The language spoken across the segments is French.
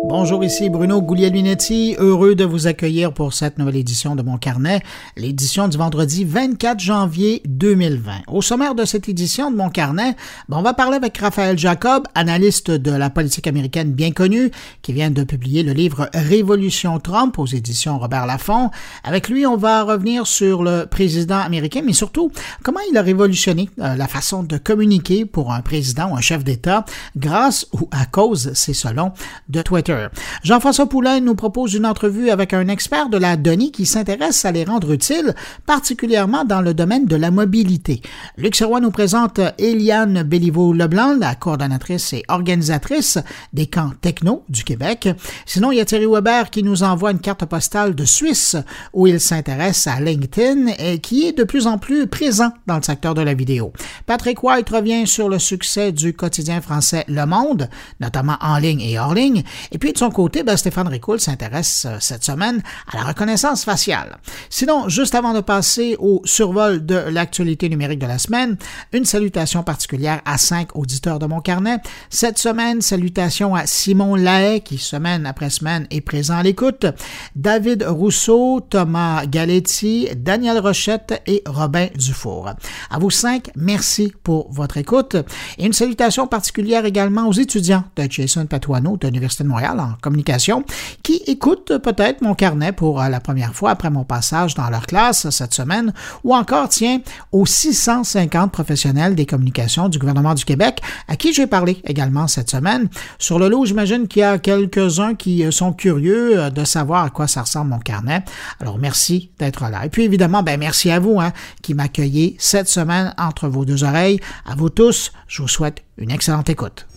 Bonjour, ici Bruno Guglielminetti, heureux de vous accueillir pour cette nouvelle édition de Mon Carnet, l'édition du vendredi 24 janvier 2020. Au sommaire de cette édition de Mon Carnet, on va parler avec Raphaël Jacob, analyste de la politique américaine bien connu, qui vient de publier le livre Révolution Trump aux éditions Robert Laffont. Avec lui, on va revenir sur le président américain, mais surtout, comment il a révolutionné la façon de communiquer pour un président ou un chef d'État grâce ou à cause, c'est selon, de Twitter. Jean-François Poulain nous propose une entrevue avec un expert de la donnée qui s'intéresse à les rendre utiles, particulièrement dans le domaine de la mobilité. Luc Serrois nous présente Éliane Béliveau-Leblanc, la coordonnatrice et organisatrice des camps techno du Québec. Sinon, il y a Thierry Weber qui nous envoie une carte postale de Suisse où il s'intéresse à LinkedIn et qui est de plus en plus présent dans le secteur de la vidéo. Patrick White revient sur le succès du quotidien français Le Monde, notamment en ligne et hors ligne. Et puis de son côté, Stéphane Ricoul s'intéresse cette semaine à la reconnaissance faciale. Sinon, juste avant de passer au survol de l'actualité numérique de la semaine, une salutation particulière à 5 auditeurs de Mon Carnet. Cette semaine, salutations à Simon Lahaye qui, semaine après semaine, est présent à l'écoute, David Rousseau, Thomas Galetti, Daniel Rochette et Robin Dufour. À vous 5, merci pour votre écoute. Et une salutation particulière également aux étudiants de Jason Patuano de l'Université de Montréal en communication qui écoutent peut-être Mon Carnet pour la première fois après mon passage dans leur classe cette semaine ou encore, tiens, aux 650 professionnels des communications du gouvernement du Québec à qui j'ai parlé également cette semaine. Sur le lot, j'imagine qu'il y a quelques-uns qui sont curieux de savoir à quoi ça ressemble Mon Carnet. Alors, merci d'être là. Et puis, évidemment, merci à vous qui m'accueillez cette semaine entre vos deux oreilles. À vous tous, je vous souhaite une excellente écoute.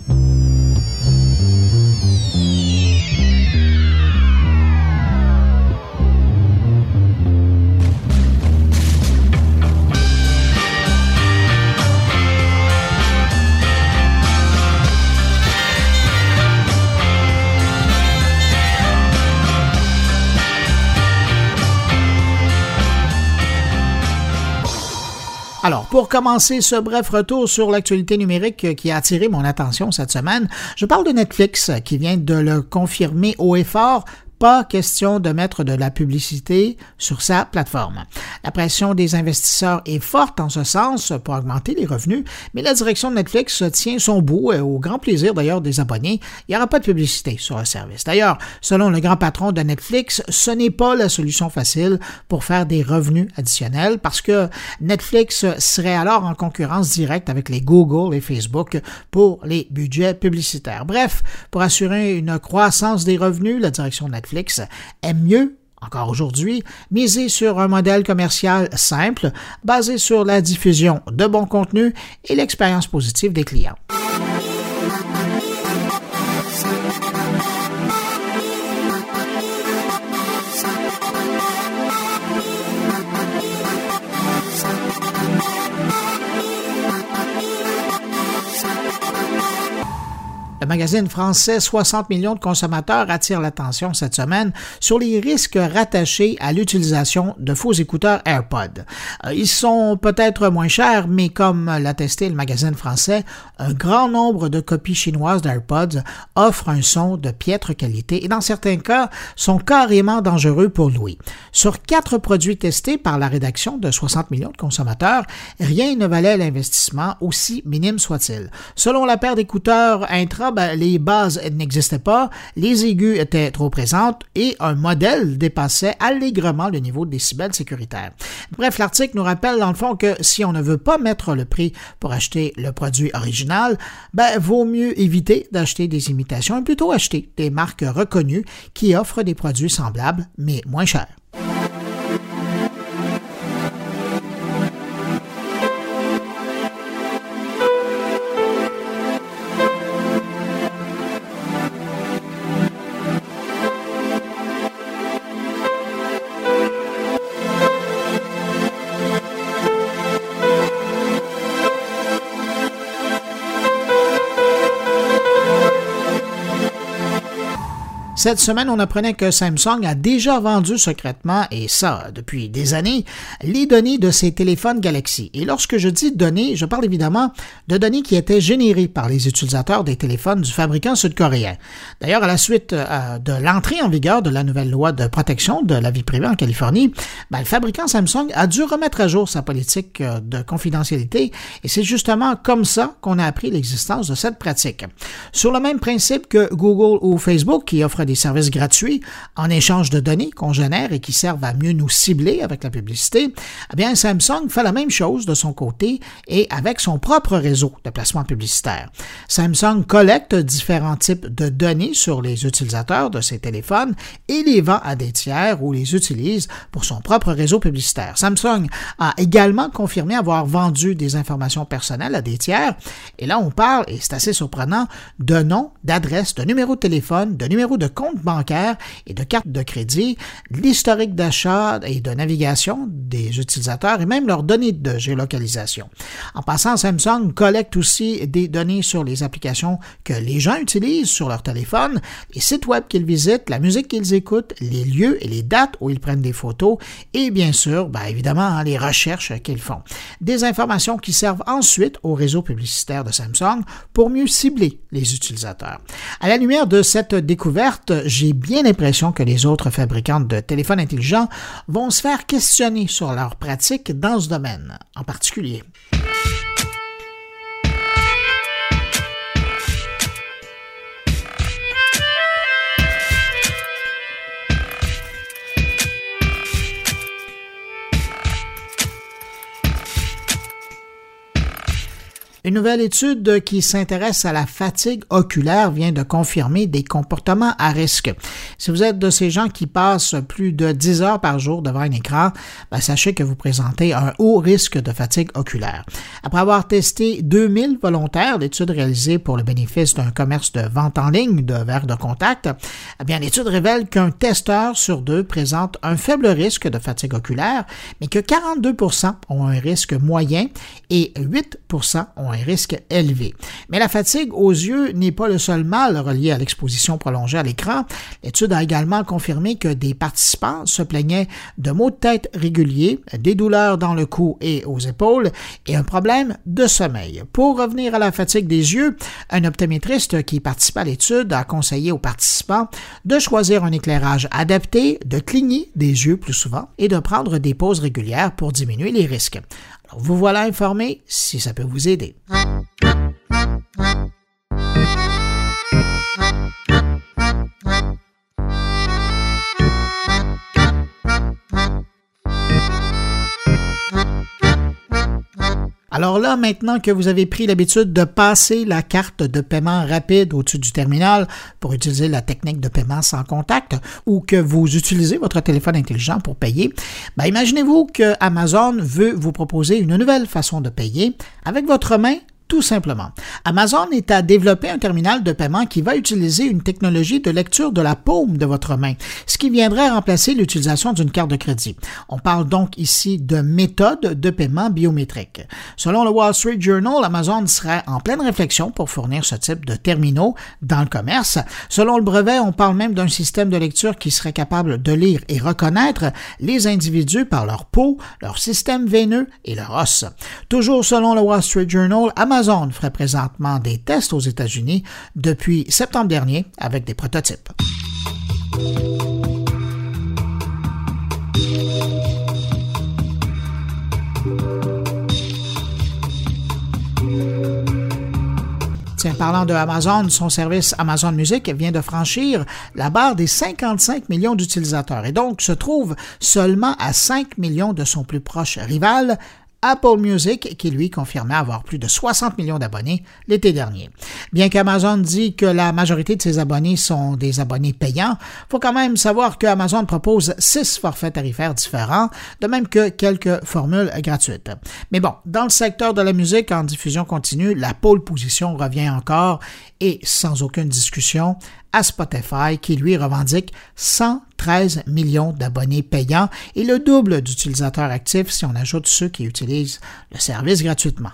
Alors, pour commencer ce bref retour sur l'actualité numérique qui a attiré mon attention cette semaine, je parle de Netflix qui vient de le confirmer haut et fort. Pas question de mettre de la publicité sur sa plateforme. La pression des investisseurs est forte en ce sens pour augmenter les revenus, mais la direction de Netflix tient son bout et au grand plaisir d'ailleurs des abonnés. Il n'y aura pas de publicité sur le service. D'ailleurs, selon le grand patron de Netflix, ce n'est pas la solution facile pour faire des revenus additionnels parce que Netflix serait alors en concurrence directe avec les Google et Facebook pour les budgets publicitaires. Bref, pour assurer une croissance des revenus, la direction de Netflix aime mieux, encore aujourd'hui, miser sur un modèle commercial simple, basé sur la diffusion de bons contenus et l'expérience positive des clients. Le magazine français 60 millions de consommateurs attire l'attention cette semaine sur les risques rattachés à l'utilisation de faux écouteurs AirPods. Ils sont peut-être moins chers, mais comme l'a testé le magazine français, un grand nombre de copies chinoises d'AirPods offrent un son de piètre qualité et dans certains cas sont carrément dangereux pour l'ouïe. Sur 4 produits testés par la rédaction de 60 millions de consommateurs, rien ne valait l'investissement, aussi minime soit-il. Selon la paire d'écouteurs Intra, les bases n'existaient pas, les aigus étaient trop présentes et un modèle dépassait allègrement le niveau de décibels sécuritaire. Bref, l'article nous rappelle dans le fond que si on ne veut pas mettre le prix pour acheter le produit original, vaut mieux éviter d'acheter des imitations et plutôt acheter des marques reconnues qui offrent des produits semblables mais moins chers. Cette semaine, on apprenait que Samsung a déjà vendu secrètement, et ça depuis des années, les données de ses téléphones Galaxy. Et lorsque je dis données, je parle évidemment de données qui étaient générées par les utilisateurs des téléphones du fabricant sud-coréen. D'ailleurs, à la suite de l'entrée en vigueur de la nouvelle loi de protection de la vie privée en Californie, le fabricant Samsung a dû remettre à jour sa politique de confidentialité, et c'est justement comme ça qu'on a appris l'existence de cette pratique. Sur le même principe que Google ou Facebook, qui offrent des services gratuits en échange de données qu'on génère et qui servent à mieux nous cibler avec la publicité, eh bien Samsung fait la même chose de son côté et avec son propre réseau de placement publicitaire. Samsung collecte différents types de données sur les utilisateurs de ses téléphones et les vend à des tiers ou les utilise pour son propre réseau publicitaire. Samsung a également confirmé avoir vendu des informations personnelles à des tiers et là on parle, et c'est assez surprenant, de noms, d'adresses, de numéros de téléphone, de numéros de compte bancaire et de carte de crédit, l'historique d'achat et de navigation des utilisateurs et même leurs données de géolocalisation. En passant, Samsung collecte aussi des données sur les applications que les gens utilisent sur leur téléphone, les sites web qu'ils visitent, la musique qu'ils écoutent, les lieux et les dates où ils prennent des photos et bien sûr, évidemment, les recherches qu'ils font. Des informations qui servent ensuite au réseau publicitaire de Samsung pour mieux cibler les utilisateurs. À la lumière de cette découverte, j'ai bien l'impression que les autres fabricants de téléphones intelligents vont se faire questionner sur leurs pratiques dans ce domaine en particulier. Une nouvelle étude qui s'intéresse à la fatigue oculaire vient de confirmer des comportements à risque. Si vous êtes de ces gens qui passent plus de 10 heures par jour devant un écran, sachez que vous présentez un haut risque de fatigue oculaire. Après avoir testé 2000 volontaires, l'étude réalisée pour le bénéfice d'un commerce de vente en ligne de verres de contact, l'étude révèle qu'un testeur sur deux présente un faible risque de fatigue oculaire, mais que 42% ont un risque moyen et 8% ont un risque élevé. Mais la fatigue aux yeux n'est pas le seul mal relié à l'exposition prolongée à l'écran. L'étude a également confirmé que des participants se plaignaient de maux de tête réguliers, des douleurs dans le cou et aux épaules et un problème de sommeil. Pour revenir à la fatigue des yeux, un optométriste qui participe à l'étude a conseillé aux participants de choisir un éclairage adapté, de cligner des yeux plus souvent et de prendre des pauses régulières pour diminuer les risques. Alors, vous voilà informé si ça peut vous aider. Alors là, maintenant que vous avez pris l'habitude de passer la carte de paiement rapide au-dessus du terminal pour utiliser la technique de paiement sans contact ou que vous utilisez votre téléphone intelligent pour payer, imaginez-vous que Amazon veut vous proposer une nouvelle façon de payer avec votre main. Tout simplement. Amazon est à développer un terminal de paiement qui va utiliser une technologie de lecture de la paume de votre main, ce qui viendrait remplacer l'utilisation d'une carte de crédit. On parle donc ici de méthode de paiement biométrique. Selon le Wall Street Journal, Amazon serait en pleine réflexion pour fournir ce type de terminaux dans le commerce. Selon le brevet, on parle même d'un système de lecture qui serait capable de lire et reconnaître les individus par leur peau, leur système veineux et leur os. Toujours selon le Wall Street Journal, Amazon ferait présentement des tests aux États-Unis depuis septembre dernier avec des prototypes. Tiens, parlant de Amazon, son service Amazon Music vient de franchir la barre des 55 millions d'utilisateurs et donc se trouve seulement à 5 millions de son plus proche rival, Apple Music, qui lui confirmait avoir plus de 60 millions d'abonnés l'été dernier. Bien qu'Amazon dit que la majorité de ses abonnés sont des abonnés payants, il faut quand même savoir qu'Amazon propose 6 forfaits tarifaires différents, de même que quelques formules gratuites. Mais bon, dans le secteur de la musique en diffusion continue, la pole position revient encore et sans aucune discussion à Spotify qui lui revendique 113 millions d'abonnés payants et le double d'utilisateurs actifs si on ajoute ceux qui utilisent le service gratuitement.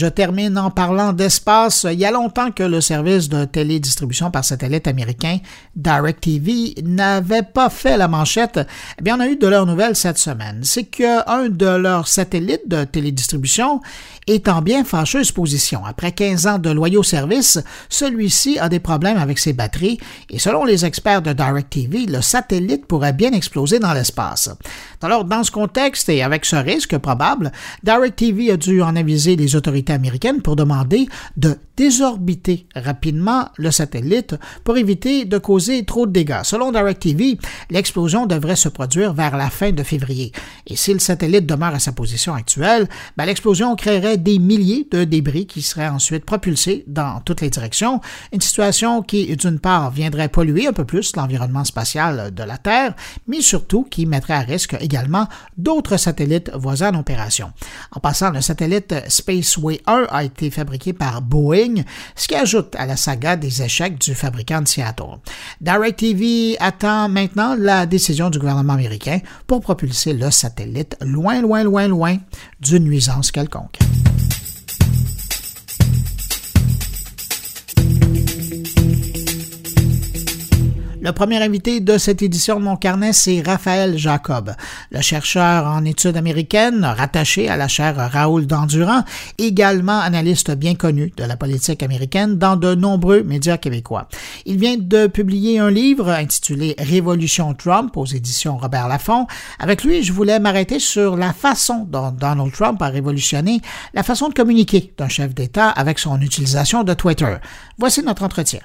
Je termine en parlant d'espace. Il y a longtemps que le service de télédistribution par satellite américain DirecTV n'avait pas fait la manchette. Eh bien, on a eu de leurs nouvelles cette semaine. C'est qu'un de leurs satellites de télédistribution est en bien fâcheuse position. Après 15 ans de loyaux services, celui-ci a des problèmes avec ses batteries et selon les experts de DirecTV, le satellite pourrait bien exploser dans l'espace. Alors, dans ce contexte et avec ce risque probable, DirecTV a dû en aviser les autorités américaines pour demander de désorbiter rapidement le satellite pour éviter de causer trop de dégâts. Selon DirecTV, l'explosion devrait se produire vers la fin de février. Et si le satellite demeure à sa position actuelle, l'explosion créerait des milliers de débris qui seraient ensuite propulsés dans toutes les directions. Une situation qui, d'une part, viendrait polluer un peu plus l'environnement spatial de la Terre, mais surtout qui mettrait à risque également d'autres satellites voisins en opération. En passant, le satellite Spaceway 1 a été fabriqué par Boeing, ce qui ajoute à la saga des échecs du fabricant de Seattle. DirecTV attend maintenant la décision du gouvernement américain pour propulser le satellite loin d'une nuisance quelconque. Le premier invité de cette édition de Mon Carnet, c'est Raphaël Jacob, le chercheur en études américaines rattaché à la chaire Raoul Dandurand, également analyste bien connu de la politique américaine dans de nombreux médias québécois. Il vient de publier un livre intitulé Révolution Trump aux éditions Robert Laffont. Avec lui, je voulais m'arrêter sur la façon dont Donald Trump a révolutionné la façon de communiquer d'un chef d'État avec son utilisation de Twitter. Voici notre entretien.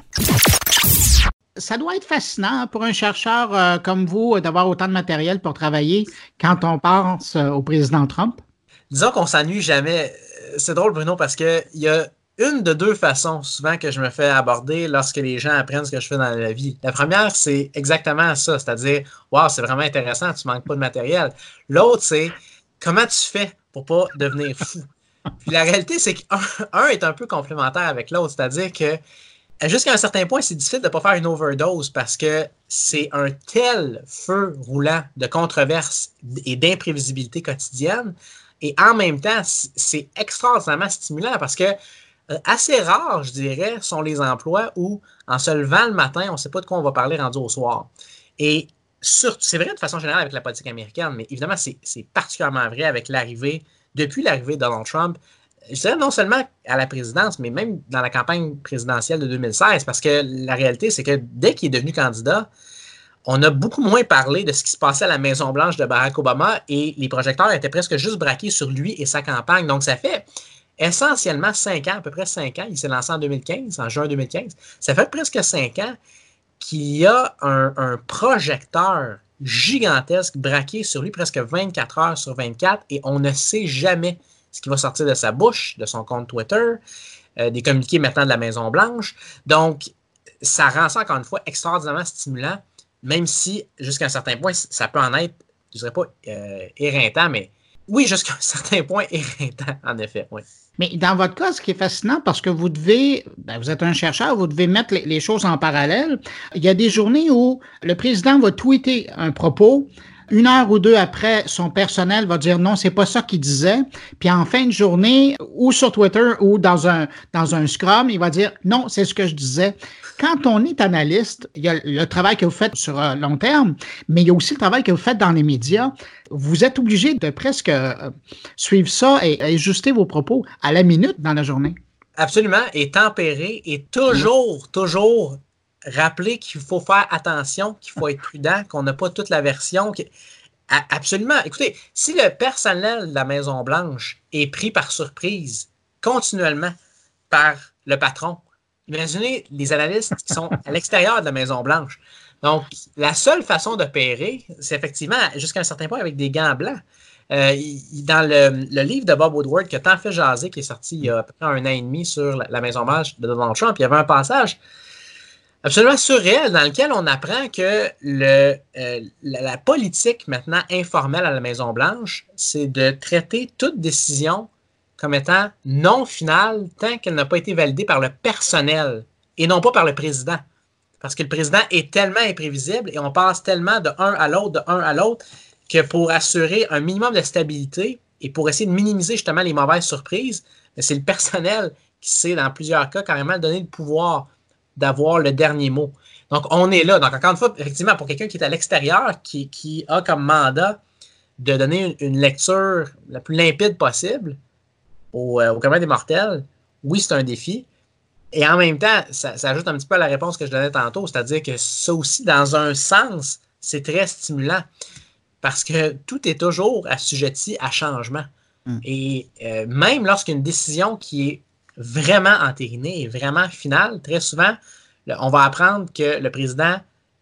Ça doit être fascinant pour un chercheur comme vous d'avoir autant de matériel pour travailler quand on pense au président Trump. Disons qu'on s'ennuie jamais. C'est drôle, Bruno, parce qu'il y a une de deux façons souvent que je me fais aborder lorsque les gens apprennent ce que je fais dans la vie. La première, c'est exactement ça, c'est-à-dire « Wow, c'est vraiment intéressant, tu manques pas de matériel ». L'autre, c'est « Comment tu fais pour pas devenir fou ». Puis la réalité, c'est qu'un est un peu complémentaire avec l'autre, c'est-à-dire que jusqu'à un certain point, c'est difficile de ne pas faire une overdose parce que c'est un tel feu roulant de controverses et d'imprévisibilité quotidienne. Et en même temps, c'est extraordinairement stimulant parce que assez rares, je dirais, sont les emplois où, en se levant le matin, on ne sait pas de quoi on va parler rendu au soir. Et c'est vrai de façon générale avec la politique américaine, mais évidemment, c'est particulièrement vrai avec depuis l'arrivée de Donald Trump, je dirais non seulement à la présidence, mais même dans la campagne présidentielle de 2016, parce que la réalité, c'est que dès qu'il est devenu candidat, on a beaucoup moins parlé de ce qui se passait à la Maison-Blanche de Barack Obama et les projecteurs étaient presque juste braqués sur lui et sa campagne. Donc, ça fait essentiellement 5 ans, à peu près 5 ans. Il s'est lancé en 2015, en juin 2015. Ça fait presque 5 ans qu'il y a un projecteur gigantesque braqué sur lui presque 24 heures sur 24 et on ne sait jamais ce qui va sortir de sa bouche, de son compte Twitter, des communiqués maintenant de la Maison-Blanche. Donc, ça rend ça, encore une fois, extraordinairement stimulant, même si, jusqu'à un certain point, ça peut en être, je ne dirais pas éreintant, mais oui, jusqu'à un certain point éreintant, en effet, oui. Mais dans votre cas, ce qui est fascinant, parce que vous êtes un chercheur, vous devez mettre les choses en parallèle. Il y a des journées où le président va tweeter un propos, 1 heure ou 2 après, son personnel va dire non, c'est pas ça qu'il disait. Puis en fin de journée, ou sur Twitter ou dans un Scrum, il va dire non, c'est ce que je disais. Quand on est analyste, il y a le travail que vous faites sur long terme, mais il y a aussi le travail que vous faites dans les médias. Vous êtes obligé de presque suivre ça et ajuster vos propos à la minute dans la journée. Absolument, et tempérer et toujours rappeler qu'il faut faire attention, qu'il faut être prudent, qu'on n'a pas toute la version. Absolument. Écoutez, si le personnel de la Maison-Blanche est pris par surprise continuellement par le patron, imaginez les analystes qui sont à l'extérieur de la Maison-Blanche. Donc, la seule façon de pérer, c'est effectivement, jusqu'à un certain point, avec des gants blancs. Dans le livre de Bob Woodward qui a tant fait jaser, qui est sorti il y a à peu près 1 an et demi sur la Maison-Blanche de Donald Trump, il y avait un passage absolument surréel dans lequel on apprend que la politique maintenant informelle à la Maison-Blanche, c'est de traiter toute décision comme étant non finale tant qu'elle n'a pas été validée par le personnel et non pas par le président. Parce que le président est tellement imprévisible et on passe tellement de un à l'autre, que pour assurer un minimum de stabilité et pour essayer de minimiser justement les mauvaises surprises, mais c'est le personnel qui sait, dans plusieurs cas, carrément donner le pouvoir d'avoir le dernier mot. Donc, on est là. Donc, encore une fois, effectivement, pour quelqu'un qui est à l'extérieur, qui a comme mandat de donner une lecture la plus limpide possible au commun des mortels, oui, c'est un défi. Et en même temps, ça ajoute un petit peu à la réponse que je donnais tantôt, c'est-à-dire que ça aussi, dans un sens, c'est très stimulant parce que tout est toujours assujetti à changement. Et même lorsqu'une décision qui est vraiment entérinée et vraiment finale, très souvent, on va apprendre que le président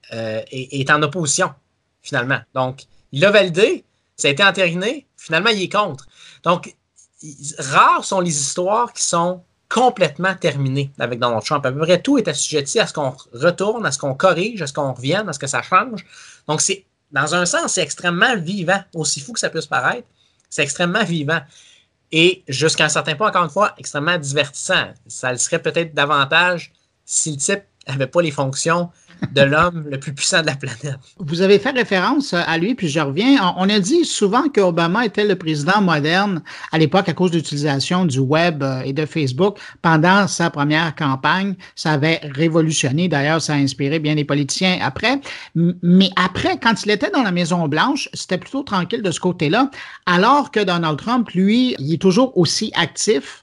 est en opposition, finalement. Donc, il l'a validé, ça a été entériné, finalement, il est contre. Donc, rares sont les histoires qui sont complètement terminées avec Donald Trump. À peu près tout est assujetti à ce qu'on retourne, à ce qu'on corrige, à ce qu'on revienne, à ce que ça change. Donc, dans un sens, c'est extrêmement vivant, aussi fou que ça puisse paraître. C'est extrêmement vivant. Et jusqu'à un certain point, encore une fois, extrêmement divertissant. Ça le serait peut-être davantage si le type n'avait pas les fonctions de l'homme le plus puissant de la planète. Vous avez fait référence à lui, puis je reviens. On a dit souvent qu'Obama était le président moderne à l'époque à cause de l'utilisation du web et de Facebook pendant sa première campagne. Ça avait révolutionné. D'ailleurs, ça a inspiré bien des politiciens après. Mais après, quand il était dans la Maison-Blanche, c'était plutôt tranquille de ce côté-là, alors que Donald Trump, lui, il est toujours aussi actif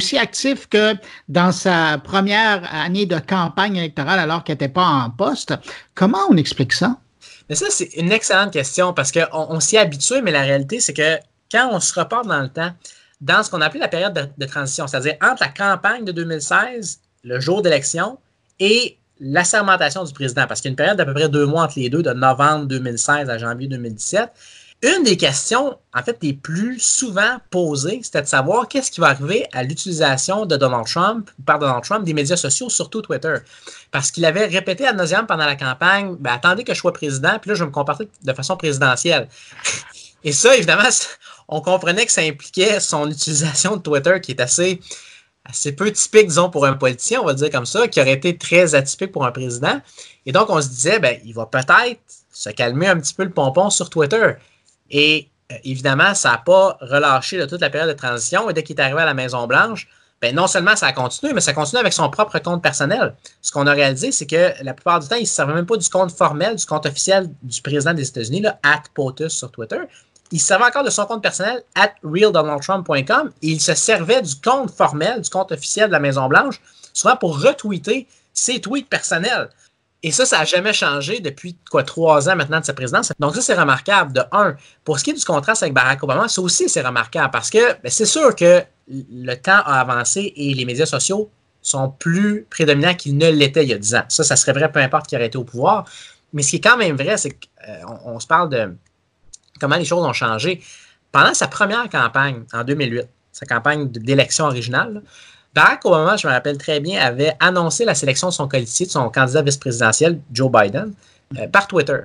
que dans sa première année de campagne électorale alors qu'il n'était pas en poste. Comment on explique ça? Mais ça, c'est une excellente question parce qu'on s'y est habitué, mais la réalité, c'est que quand on se reporte dans le temps, dans ce qu'on appelait la période de transition, c'est-à-dire entre la campagne de 2016, le jour d'élection, et l'assermentation du président, parce qu'il y a une période d'à peu près 2 mois entre les deux, de novembre 2016 à janvier 2017, une des questions, en fait, les plus souvent posées, c'était de savoir qu'est-ce qui va arriver à l'utilisation de Donald Trump, par Donald Trump, des médias sociaux, surtout Twitter. Parce qu'il avait répété ad nauseam pendant la campagne, attendez que je sois président, puis là, je vais me comporter de façon présidentielle. Et ça, évidemment, on comprenait que ça impliquait son utilisation de Twitter qui est assez peu typique, disons, pour un politicien, on va dire comme ça, qui aurait été très atypique pour un président. Et donc, on se disait, il va peut-être se calmer un petit peu le pompon sur Twitter. Et évidemment, ça n'a pas relâché toute la période de transition. Et dès qu'il est arrivé à la Maison-Blanche, non seulement ça a continué, mais ça a continué avec son propre compte personnel. Ce qu'on a réalisé, c'est que la plupart du temps, il ne se servait même pas du compte formel, du compte officiel du président des États-Unis, là, @POTUS sur Twitter. Il se servait encore de son compte personnel, @RealDonaldTrump.com, et il se servait du compte formel, du compte officiel de la Maison-Blanche, souvent pour retweeter ses tweets personnels. Et ça n'a jamais changé depuis 3 ans maintenant de sa présidence. Donc ça, c'est remarquable. De un, pour ce qui est du contraste avec Barack Obama, ça aussi, c'est remarquable parce que c'est sûr que le temps a avancé et les médias sociaux sont plus prédominants qu'ils ne l'étaient il y a 10 ans. Ça serait vrai peu importe qui aurait été au pouvoir. Mais ce qui est quand même vrai, c'est qu'on se parle de comment les choses ont changé. Pendant sa première campagne, en 2008, sa campagne d'élection originale, Barack Obama, je me rappelle très bien, avait annoncé la sélection de son colistier, de son candidat vice-présidentiel, Joe Biden, par Twitter.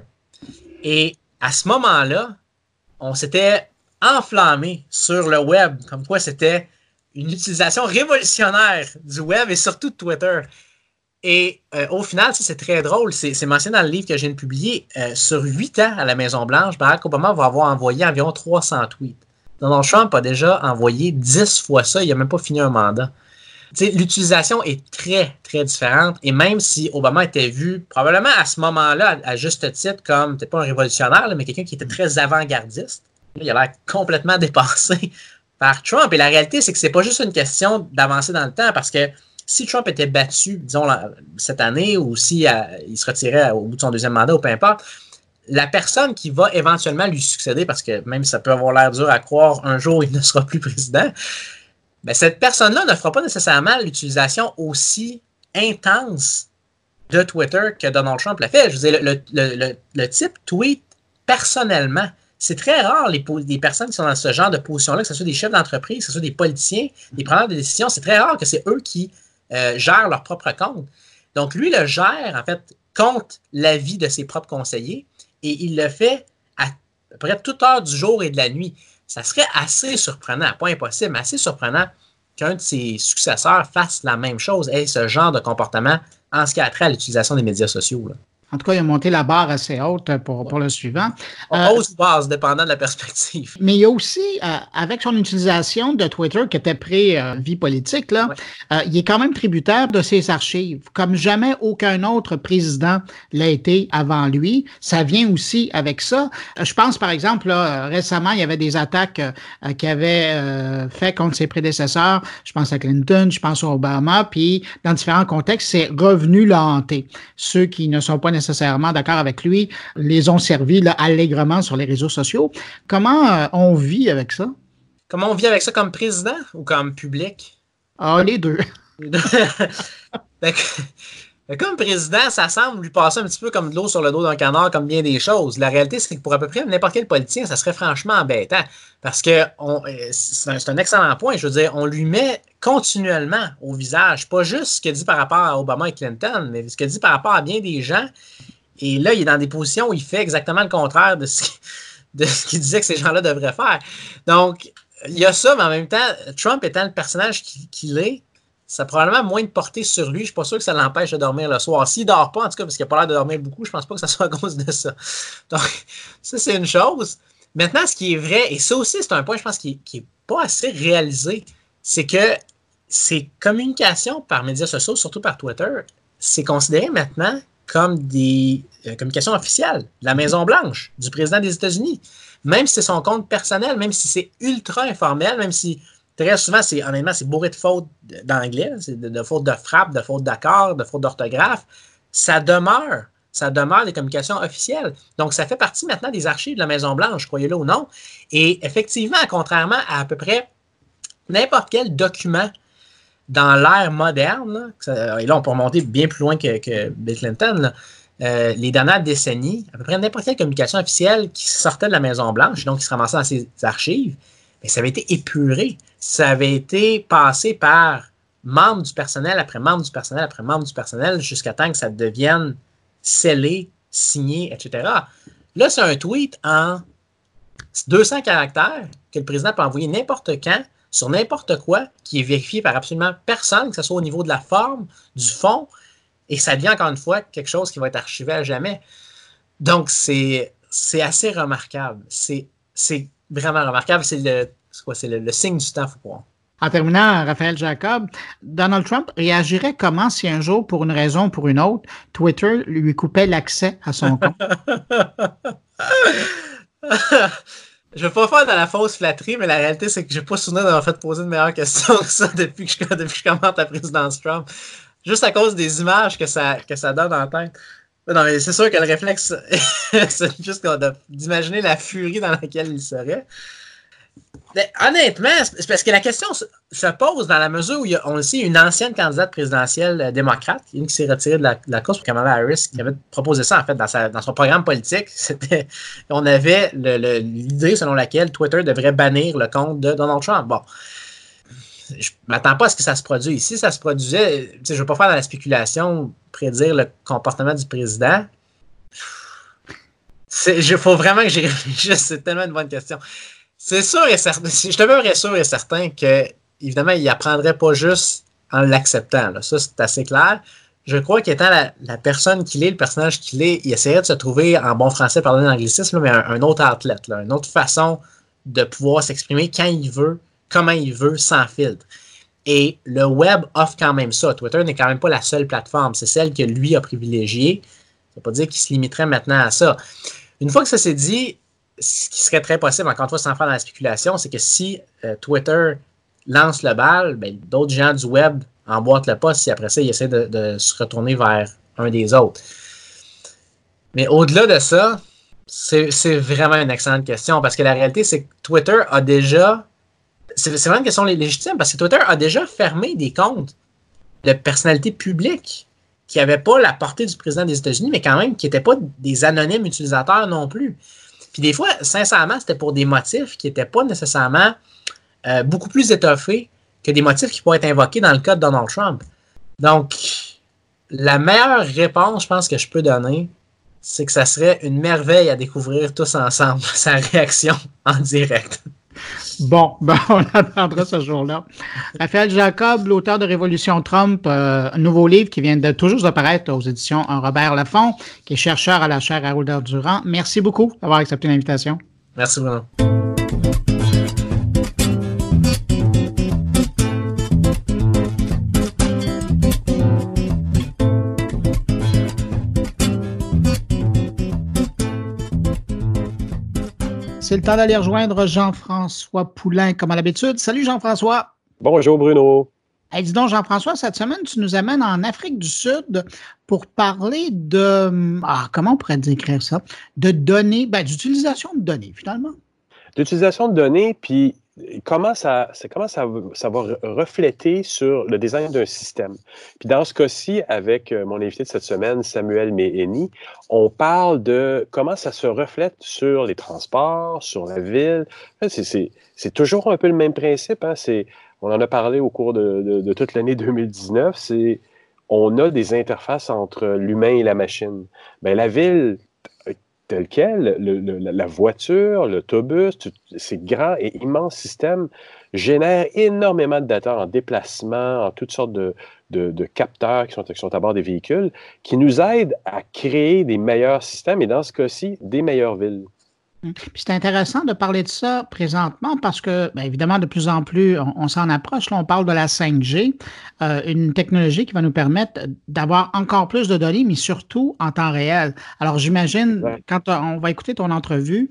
Et à ce moment-là, on s'était enflammé sur le web, comme quoi c'était une utilisation révolutionnaire du web et surtout de Twitter. Et au final, ça, c'est très drôle, c'est mentionné dans le livre que je viens de publier, sur 8 ans à la Maison-Blanche, Barack Obama va avoir envoyé environ 300 tweets. Donald Trump a déjà envoyé 10 fois ça, il n'a même pas fini un mandat. L'utilisation est très, très différente. Et même si Obama était vu, probablement à ce moment-là, à juste titre, comme, peut-être pas un révolutionnaire, mais quelqu'un qui était très avant-gardiste, il a l'air complètement dépassé par Trump. Et la réalité, c'est que c'est pas juste une question d'avancer dans le temps, parce que si Trump était battu, disons, cette année, ou si il se retirait au bout de son 2e mandat, ou peu importe, la personne qui va éventuellement lui succéder, parce que même si ça peut avoir l'air dur à croire, un jour, il ne sera plus président, cette personne-là ne fera pas nécessairement l'utilisation aussi intense de Twitter que Donald Trump l'a fait. Je veux dire, le type tweet personnellement. C'est très rare les personnes qui sont dans ce genre de position-là, que ce soit des chefs d'entreprise, que ce soit des politiciens, des preneurs de décision. C'est très rare que c'est eux qui gèrent leur propre compte. Donc, lui le gère, en fait, contre l'avis de ses propres conseillers et il le fait à peu près toute heure du jour et de la nuit. Ça serait assez surprenant, pas impossible, mais assez surprenant qu'un de ses successeurs fasse la même chose, ait ce genre de comportement en ce qui a trait à l'utilisation des médias sociaux. Là. En tout cas, il a monté la barre assez haute pour le suivant. Hausse ou basse, dépendant de la perspective. Mais il y a aussi, avec son utilisation de Twitter qui était pré-vie politique, là, il est quand même tributaire de ses archives, comme jamais aucun autre président l'a été avant lui. Ça vient aussi avec ça. Je pense, par exemple, là, récemment, il y avait des attaques qu'il avait fait contre ses prédécesseurs. Je pense à Clinton, je pense à Obama, puis dans différents contextes, c'est revenu le hanter. Ceux qui ne sont pas nécessairement d'accord avec lui les ont servis là, allègrement sur les réseaux sociaux. Comment on vit avec ça? Comment on vit avec ça comme président ou comme public? Ah, les deux. Comme président, ça semble lui passer un petit peu comme de l'eau sur le dos d'un canard, comme bien des choses. La réalité, c'est que pour à peu près n'importe quel politicien, ça serait franchement embêtant. Parce que c'est un excellent point. Je veux dire, on lui met continuellement au visage, pas juste ce qu'il dit par rapport à Obama et Clinton, mais ce qu'il dit par rapport à bien des gens. Et là, il est dans des positions où il fait exactement le contraire de ce qu'il disait que ces gens-là devraient faire. Donc, il y a ça, mais en même temps, Trump étant le personnage qu'il est, ça a probablement moins de portée sur lui. Je ne suis pas sûr que ça l'empêche de dormir le soir. S'il ne dort pas, en tout cas, parce qu'il n'a pas l'air de dormir beaucoup, je ne pense pas que ça soit à cause de ça. Donc, ça, c'est une chose. Maintenant, ce qui est vrai, et ça aussi, c'est un point, je pense, qui n'est pas assez réalisé, c'est que ces communications par médias sociaux, surtout par Twitter, c'est considéré maintenant comme des communications officielles de la Maison-Blanche, du président des États-Unis. Même si c'est son compte personnel, même si c'est ultra informel, même si très souvent, honnêtement, c'est bourré de fautes d'anglais, de fautes de frappe, de fautes d'accord, de fautes d'orthographe. Ça demeure des communications officielles. Donc, ça fait partie maintenant des archives de la Maison-Blanche, croyez-le ou non. Et effectivement, contrairement à peu près n'importe quel document dans l'ère moderne, là, et là, on peut remonter bien plus loin que Bill Clinton, là, les dernières décennies, à peu près n'importe quelle communication officielle qui sortait de la Maison-Blanche, donc qui se ramassait dans ses archives, mais ça avait été épuré. Ça avait été passé par membre du personnel, après membre du personnel, après membre du personnel, jusqu'à temps que ça devienne scellé, signé, etc. Là, c'est un tweet en 200 caractères que le président peut envoyer n'importe quand, sur n'importe quoi, qui est vérifié par absolument personne, que ce soit au niveau de la forme, du fond, et ça devient encore une fois quelque chose qui va être archivé à jamais. Donc, c'est assez remarquable. C'est vraiment remarquable. C'est le signe du temps, il faut croire. En terminant, Raphaël Jacob, Donald Trump réagirait comment si un jour, pour une raison ou pour une autre, Twitter lui coupait l'accès à son compte? Je ne veux pas faire de la fausse flatterie, mais la réalité, c'est que je n'ai pas souvenir d'avoir fait poser une meilleure question que ça depuis que je commente la présidence Trump. Juste à cause des images que ça donne en tête. Non, mais c'est sûr que le réflexe, c'est juste d'imaginer la furie dans laquelle il serait. Mais honnêtement, c'est parce que la question se pose dans la mesure où on le sait, une ancienne candidate présidentielle démocrate, une qui s'est retirée de la course pour Kamala Harris, qui avait proposé ça en fait dans son programme politique. On avait l'idée selon laquelle Twitter devrait bannir le compte de Donald Trump. Bon, je ne m'attends pas à ce que ça se produise. Ici, ça se produisait, je ne veux pas faire dans la spéculation, prédire le comportement du président. Il faut vraiment que j'y réfléchisse. C'est tellement une bonne question. C'est sûr et certain. Je te veux sûr et certain que, évidemment, il apprendrait pas juste en l'acceptant. Là. Ça, c'est assez clair. Je crois qu'étant la personne qu'il est, le personnage qu'il est, il essaierait de se trouver, en bon français, pardonnez l'anglicisme, mais un autre outlet, là, une autre façon de pouvoir s'exprimer quand il veut, comment il veut, sans filtre. Et le web offre quand même ça. Twitter n'est quand même pas la seule plateforme. C'est celle que lui a privilégiée. Ça ne veut pas dire qu'il se limiterait maintenant à ça. Une fois que ça s'est dit, ce qui serait très possible, encore une fois, sans faire dans la spéculation, c'est que si Twitter lance le bal, ben, d'autres gens du web emboîtent le pas si après ça, ils essaient de se retourner vers un des autres. Mais au-delà de ça, c'est vraiment une excellente question parce que la réalité, c'est que Twitter a déjà... C'est vraiment une question légitime parce que Twitter a déjà fermé des comptes de personnalités publiques qui n'avaient pas la portée du président des États-Unis, mais quand même qui n'étaient pas des anonymes utilisateurs non plus. Puis des fois, sincèrement, c'était pour des motifs qui n'étaient pas nécessairement beaucoup plus étoffés que des motifs qui pourraient être invoqués dans le cas de Donald Trump. Donc, la meilleure réponse, je pense, que je peux donner, c'est que ça serait une merveille à découvrir tous ensemble, sa réaction en direct. Bon, ben, on attendra ce jour-là. Raphaël Jacob, l'auteur de Révolution Trump, un nouveau livre qui vient de tout juste de paraître aux éditions Robert Laffont, qui est chercheur à la chaire Arruda-Durand. Merci beaucoup d'avoir accepté l'invitation. Merci, Bruno. C'est le temps d'aller rejoindre Jean-François Poulain, comme à l'habitude. Salut Jean-François. Bonjour Bruno. Hey, dis donc Jean-François, cette semaine, tu nous amènes en Afrique du Sud pour parler de, comment on pourrait décrire ça, de données, d'utilisation de données finalement. D'utilisation de données, puis comment ça va refléter sur le design d'un système. Puis dans ce cas-ci, avec mon invité de cette semaine, Samuel Méhény, on parle de comment ça se reflète sur les transports, sur la ville. C'est toujours un peu le même principe. Hein? On en a parlé au cours de toute l'année 2019. On a des interfaces entre l'humain et la machine. Bien, la ville tel quel, la voiture, l'autobus, ces grands et immenses systèmes génèrent énormément de data en déplacement, en toutes sortes de capteurs qui sont à bord des véhicules, qui nous aident à créer des meilleurs systèmes et dans ce cas-ci, des meilleures villes. Puis c'est intéressant de parler de ça présentement parce que, bien évidemment, de plus en plus, on s'en approche. Là, on parle de la 5G, une technologie qui va nous permettre d'avoir encore plus de données, mais surtout en temps réel. Alors, j'imagine, quand on va écouter ton entrevue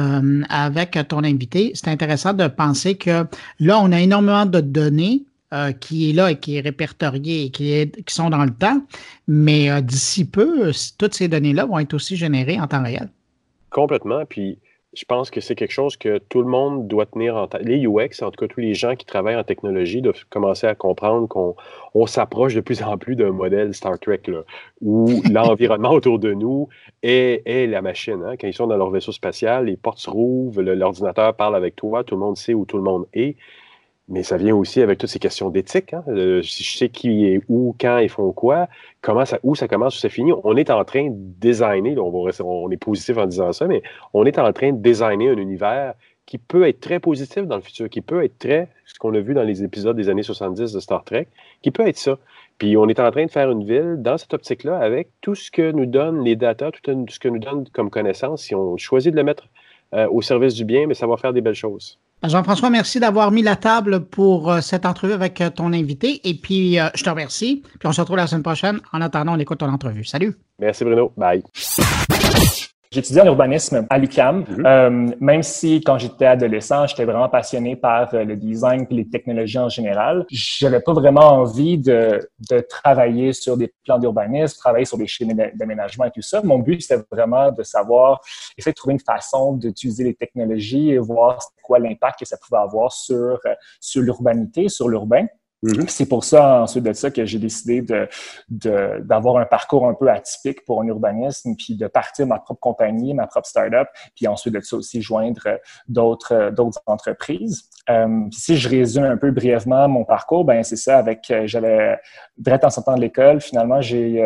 avec ton invité, c'est intéressant de penser que là, on a énormément de données qui est là et qui est répertoriée et qui sont dans le temps, mais d'ici peu, toutes ces données-là vont être aussi générées en temps réel. Complètement. Puis, je pense que c'est quelque chose que tout le monde doit tenir en tête. Les UX, en tout cas, tous les gens qui travaillent en technologie doivent commencer à comprendre qu'on s'approche de plus en plus d'un modèle Star Trek, là, où l'environnement autour de nous est la machine. Hein. Quand ils sont dans leur vaisseau spatial, les portes s'ouvrent, l'ordinateur parle avec toi, tout le monde sait où tout le monde est. Mais ça vient aussi avec toutes ces questions d'éthique. Hein? Si je sais qui est où, quand ils font quoi, où ça commence, où ça finit. On est en train de designer, là, on est positif en disant ça, mais on est en train de designer un univers qui peut être très positif dans le futur, qui peut être ce qu'on a vu dans les épisodes des années 70 de Star Trek, qui peut être ça. Puis on est en train de faire une ville dans cette optique-là avec tout ce que nous donnent les data, tout ce que nous donne comme connaissance. Si on choisit de le mettre au service du bien, mais ça va faire des belles choses. Jean-François, merci d'avoir mis la table pour cette entrevue avec ton invité. Et puis, je te remercie. Puis, on se retrouve la semaine prochaine. En attendant, on écoute ton entrevue. Salut. Merci, Bruno. Bye. J'étudiais en urbanisme à l'UQAM, même si quand j'étais adolescent, j'étais vraiment passionné par le design et les technologies en général. J'avais pas vraiment envie de travailler sur des plans d'urbanisme, travailler sur des schémas d'aménagement et tout ça. Mon but, c'était vraiment de essayer de trouver une façon d'utiliser les technologies et voir quoi l'impact que ça pouvait avoir sur l'urbanité, sur l'urbain. C'est pour ça, ensuite de ça, que j'ai décidé d'avoir un parcours un peu atypique pour un urbanisme, puis de partir ma propre compagnie, ma propre start-up, puis ensuite de ça aussi joindre d'autres entreprises. Si je résume un peu brièvement mon parcours, ben c'est ça. J'avais direct en sortant de l'école, finalement j'ai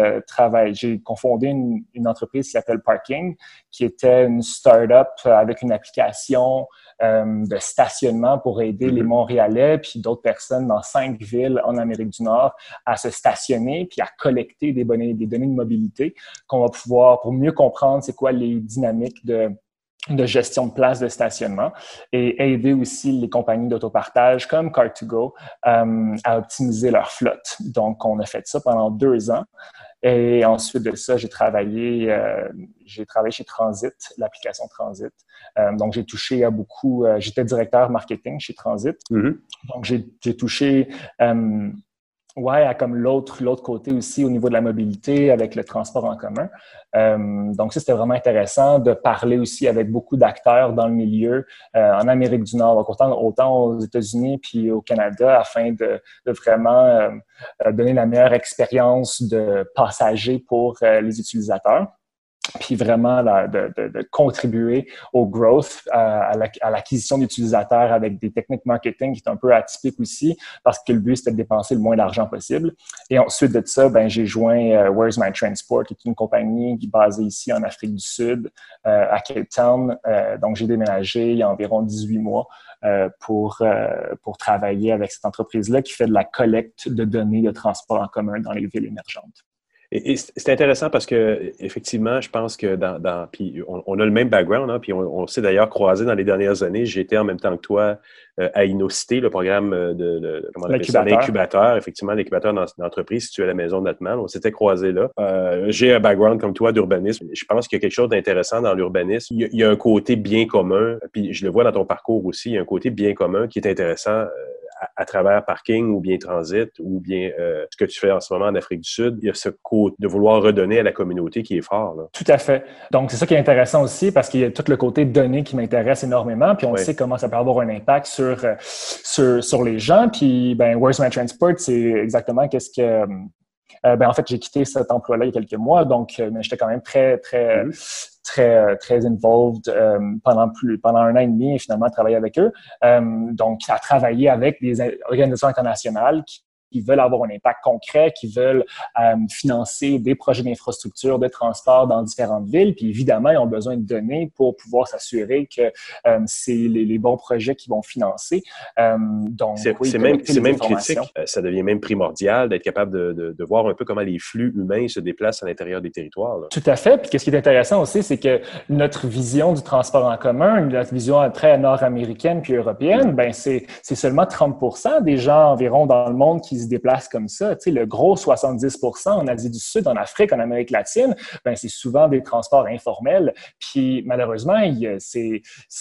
cofondé une entreprise qui s'appelle Parking, qui était une start-up avec une application de stationnement pour aider les Montréalais puis d'autres personnes dans 5 villes en Amérique du Nord à se stationner puis à collecter des données de mobilité qu'on va pouvoir, pour mieux comprendre c'est quoi les dynamiques de gestion de place de stationnement et aider aussi les compagnies d'autopartage comme Car2Go à optimiser leur flotte. Donc, on a fait ça pendant 2 ans. Et ensuite de ça, j'ai travaillé chez Transit, l'application Transit. Donc, j'ai touché à beaucoup... j'étais directeur marketing chez Transit. Donc, j'ai touché... à comme l'autre côté aussi au niveau de la mobilité avec le transport en commun. Donc ça, c'était vraiment intéressant de parler aussi avec beaucoup d'acteurs dans le milieu en Amérique du Nord, donc autant aux États-Unis puis au Canada afin de vraiment donner la meilleure expérience de passagers pour les utilisateurs. puis vraiment de contribuer au growth, à l'acquisition d'utilisateurs avec des techniques marketing qui est un peu atypiques aussi, parce que le but, c'était de dépenser le moins d'argent possible. Et ensuite de ça, j'ai joint Where's My Transport, qui est une compagnie qui est basée ici en Afrique du Sud, à Cape Town. Donc, j'ai déménagé il y a environ 18 mois pour travailler avec cette entreprise-là qui fait de la collecte de données de transport en commun dans les villes émergentes. Et c'est intéressant parce que effectivement, je pense que puis on a le même background, hein, puis on s'est d'ailleurs croisé dans les dernières années. J'étais en même temps que toi à Innocité, le programme comment on appelle ça, l'incubateur, effectivement, l'incubateur d'entreprise situé à la maison de Natman. On s'était croisés là. J'ai un background comme toi d'urbanisme. Je pense qu'il y a quelque chose d'intéressant dans l'urbanisme. Il y a un côté bien commun, puis je le vois dans ton parcours aussi, il y a un côté bien commun qui est intéressant à travers Parking ou bien Transit ou bien ce que tu fais en ce moment en Afrique du Sud. Il y a ce côté de vouloir redonner à la communauté qui est fort, là. Tout à fait. Donc, c'est ça qui est intéressant aussi parce qu'il y a tout le côté données qui m'intéresse énormément. Puis, on sait comment ça peut avoir un impact sur les gens. Puis, Where's My Transport, c'est exactement qu'est-ce que... en fait, j'ai quitté cet emploi-là il y a quelques mois. Donc, j'étais quand même très involved pendant 1 an et demi et finalement travailler avec eux. Donc, à travailler avec des organisations internationales qui veulent avoir un impact concret, qui veulent financer des projets d'infrastructure, de transport dans différentes villes. Puis évidemment, ils ont besoin de données pour pouvoir s'assurer que c'est les bons projets qu'ils vont financer. Donc, c'est même critique. Ça devient même primordial d'être capable de voir un peu comment les flux humains se déplacent à l'intérieur des territoires, là. Tout à fait. Puis, ce qui est intéressant aussi, c'est que notre vision du transport en commun, notre vision très nord-américaine puis européenne, c'est seulement 30% des gens environ dans le monde qui se déplacent comme ça. Tu sais, le gros 70% en Asie du Sud, en Afrique, en Amérique latine, c'est souvent des transports informels. Puis, malheureusement, il y a ces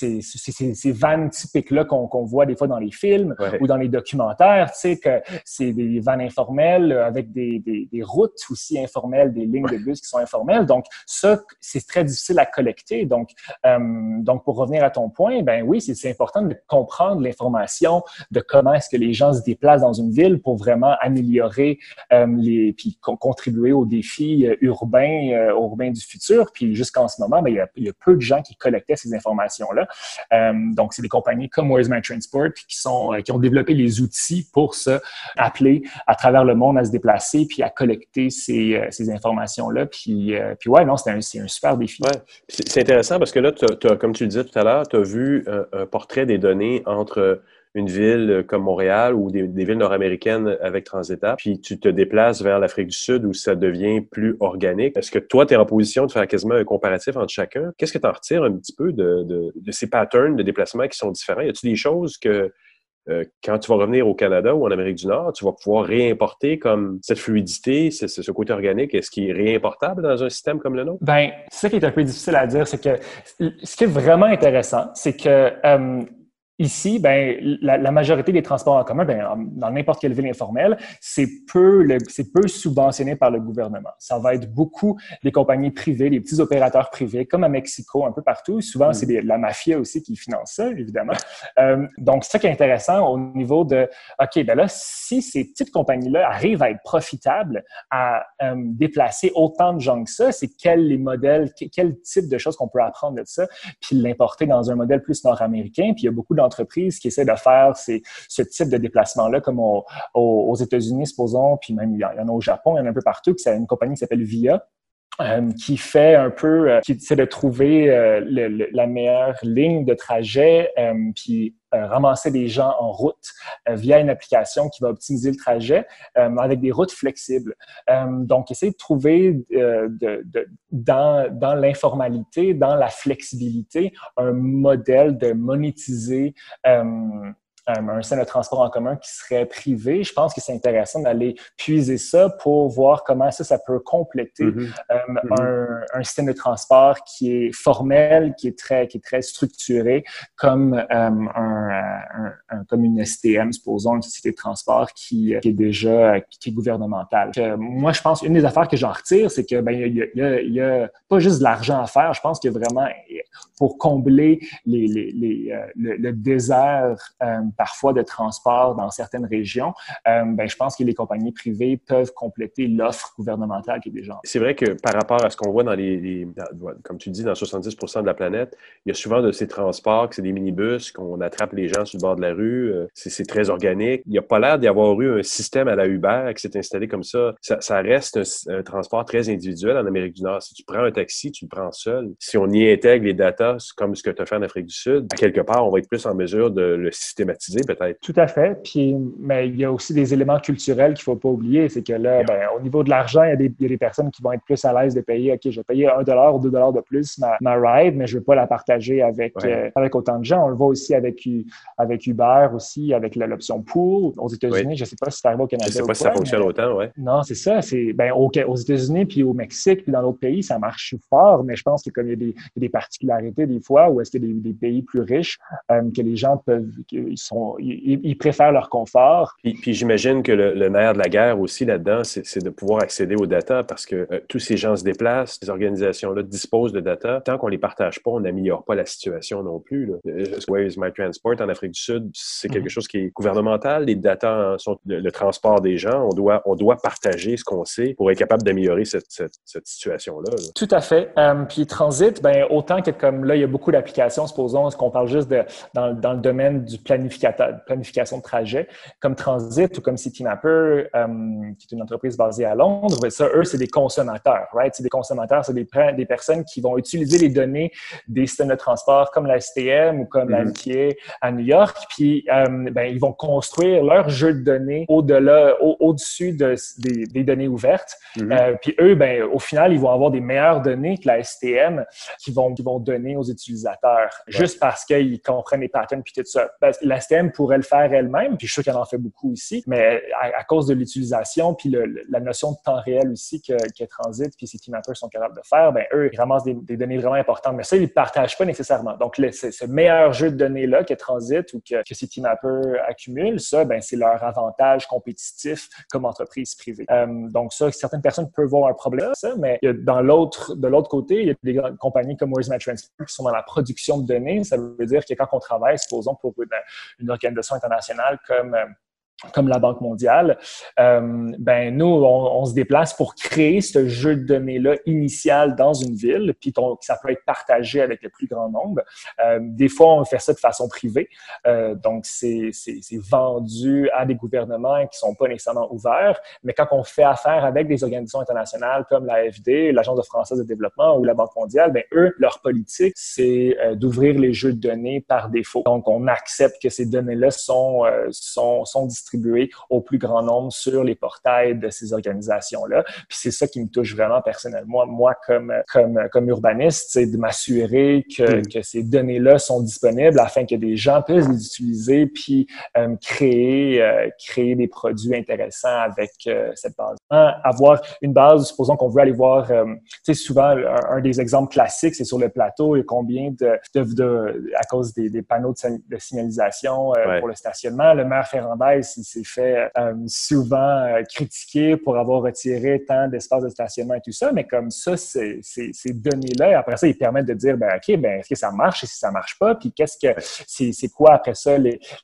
vannes typiques-là qu'on voit des fois dans les films ou dans les documentaires, tu sais, que c'est des vannes informelles avec des routes aussi informelles, des lignes de bus qui sont informelles. Donc, ça, c'est très difficile à collecter. Donc, pour revenir à ton point, oui, c'est important de comprendre l'information de comment est-ce que les gens se déplacent dans une ville pour vraiment améliorer puis contribuer aux défis urbains du futur. Puis jusqu'en ce moment, il y a peu de gens qui collectaient ces informations-là. Donc, c'est des compagnies comme Where's My Transport qui ont développé les outils pour se appeler à travers le monde à se déplacer puis à collecter ces informations-là. Puis ouais, non, c'est un super défi. Ouais. C'est intéressant parce que là, comme tu le disais tout à l'heure, tu as vu un portrait des données entre une ville comme Montréal ou des villes nord-américaines avec Transita, puis tu te déplaces vers l'Afrique du Sud où ça devient plus organique. Est-ce que toi, tu es en position de faire quasiment un comparatif entre chacun? Qu'est-ce que tu en retires un petit peu de ces patterns de déplacement qui sont différents? Y a-t-il des choses que quand tu vas revenir au Canada ou en Amérique du Nord, tu vas pouvoir réimporter comme cette fluidité, ce côté organique, est-ce qui est réimportable dans un système comme le nôtre? C'est ça qui est un peu difficile à dire, c'est que ce qui est vraiment intéressant, c'est que ici, la majorité des transports en commun, dans n'importe quelle ville informelle, c'est peu subventionné par le gouvernement. Ça va être beaucoup des compagnies privées, des petits opérateurs privés, comme à Mexico, un peu partout. Souvent, c'est la mafia aussi qui finance ça, évidemment. Donc, c'est ça qui est intéressant au niveau de, OK, là, si ces petites compagnies-là arrivent à être profitables, à déplacer autant de gens que ça, c'est quel type de choses qu'on peut apprendre de ça, puis l'importer dans un modèle plus nord-américain. Puis il y a beaucoup d'entreprises qui essaient de faire ce type de déplacement-là, comme aux États-Unis, supposons, puis même il y en a au Japon, il y en a un peu partout, c'est une compagnie qui s'appelle Via, qui fait un peu, qui essaie de trouver la meilleure ligne de trajet, puis ramasser des gens en route via une application qui va optimiser le trajet avec des routes flexibles. Donc, essayer de trouver dans l'informalité, dans la flexibilité, un modèle de monétiser un système de transport en commun qui serait privé. Je pense que c'est intéressant d'aller puiser ça pour voir comment ça peut compléter un système de transport qui est formel, qui est très structuré, comme comme une STM, supposons, une société de transport qui est gouvernementale. Moi, je pense une des affaires que j'en retire, c'est que il y a pas juste de l'argent à faire. Je pense qu'il y a vraiment pour combler le désert parfois de transport dans certaines régions, je pense que les compagnies privées peuvent compléter l'offre gouvernementale qui est déjà. C'est vrai que par rapport à ce qu'on voit comme tu dis, dans 70% de la planète, il y a souvent de ces transports, que c'est des minibus, qu'on attrape les gens sur le bord de la rue, c'est très organique. Il n'y a pas l'air d'y avoir eu un système à la Uber qui s'est installé comme ça. Ça reste un transport très individuel en Amérique du Nord. Si tu prends un taxi, tu le prends seul. Si on y intègre les datas, comme ce que tu as fait en Afrique du Sud, à quelque part, on va être plus en mesure de le systématiser peut-être. Tout à fait. Puis, mais il y a aussi des éléments culturels qu'il ne faut pas oublier. C'est que là, au niveau de l'argent, il y a des personnes qui vont être plus à l'aise de payer, OK, je vais payer $1 ou $2 de plus ma ride, mais je ne veux pas la partager avec autant de gens. On le voit aussi avec Uber aussi, avec l'option pool. Aux États-Unis, je ne sais pas si c'est arrivé au Canada. Je ne sais pas si ça fonctionne autant, oui. Non, c'est ça. Aux États-Unis, puis au Mexique, puis dans d'autres pays, ça marche fort, mais je pense que comme il y a des particularités des fois, où est-ce qu'il y a des pays plus riches, que les gens ils préfèrent leur confort. Puis j'imagine que le nerf de la guerre aussi là-dedans, c'est de pouvoir accéder aux data parce que tous ces gens se déplacent, ces organisations-là disposent de data. Tant qu'on les partage pas, on n'améliore pas la situation non plus. Where is my transport en Afrique du Sud, c'est quelque chose qui est gouvernemental. Les data sont le transport des gens. On doit partager ce qu'on sait pour être capable d'améliorer cette situation-là. Tout à fait. Puis Transit, autant que comme là, il y a beaucoup d'applications, supposons qu'on parle juste dans le domaine du planification de trajet, comme Transit ou comme Citymapper, qui est une entreprise basée à Londres, ça, eux, c'est des consommateurs, right? C'est des consommateurs, c'est des personnes qui vont utiliser les données des systèmes de transport comme la STM ou comme la MTA à New York, puis ils vont construire leur jeu de données au-dessus des données ouvertes. Puis eux, au final, ils vont avoir des meilleures données que la STM qui vont donner aux utilisateurs, juste parce qu'ils comprennent les patterns puis tout ça. La STM pourrait le faire elle-même, puis je suis sûr qu'elle en fait beaucoup ici, mais à cause de l'utilisation puis la notion de temps réel aussi que Transit puis Citymapper sont capables de faire, eux, ils ramassent des données vraiment importantes, mais ça, ils ne partagent pas nécessairement. Donc, ce meilleur jeu de données-là que Transit ou que Citymapper accumule, ça, c'est leur avantage compétitif comme entreprise privée. Donc, ça, certaines personnes peuvent voir un problème, ça, mais de l'autre côté, il y a des grandes compagnies comme Where's My Transport qui sont dans la production de données. Ça veut dire que quand on travaille, supposons, pour une organisation internationale comme la Banque mondiale, nous, on se déplace pour créer ce jeu de données-là initial dans une ville, puis ça peut être partagé avec le plus grand nombre. Des fois, on fait ça de façon privée, donc c'est vendu à des gouvernements qui sont pas nécessairement ouverts, mais quand on fait affaire avec des organisations internationales comme l'AFD, l'Agence française de développement ou la Banque mondiale, eux, leur politique, c'est d'ouvrir les jeux de données par défaut. Donc, on accepte que ces données-là sont distribuées au plus grand nombre sur les portails de ces organisations-là. Puis c'est ça qui me touche vraiment personnellement. Moi, comme urbaniste, c'est de m'assurer que ces données-là sont disponibles afin que des gens puissent les utiliser puis créer des produits intéressants avec cette base. Avoir une base, supposons qu'on veut aller voir, souvent, un des exemples classiques, c'est sur le plateau, il y a combien à cause des panneaux de signalisation pour le stationnement. Le maire Ferrandez, il s'est fait souvent critiquer pour avoir retiré tant d'espace de stationnement et tout ça, mais comme ça, ces données-là, après ça, ils permettent de dire, est-ce que ça marche et si ça marche pas, puis c'est quoi après ça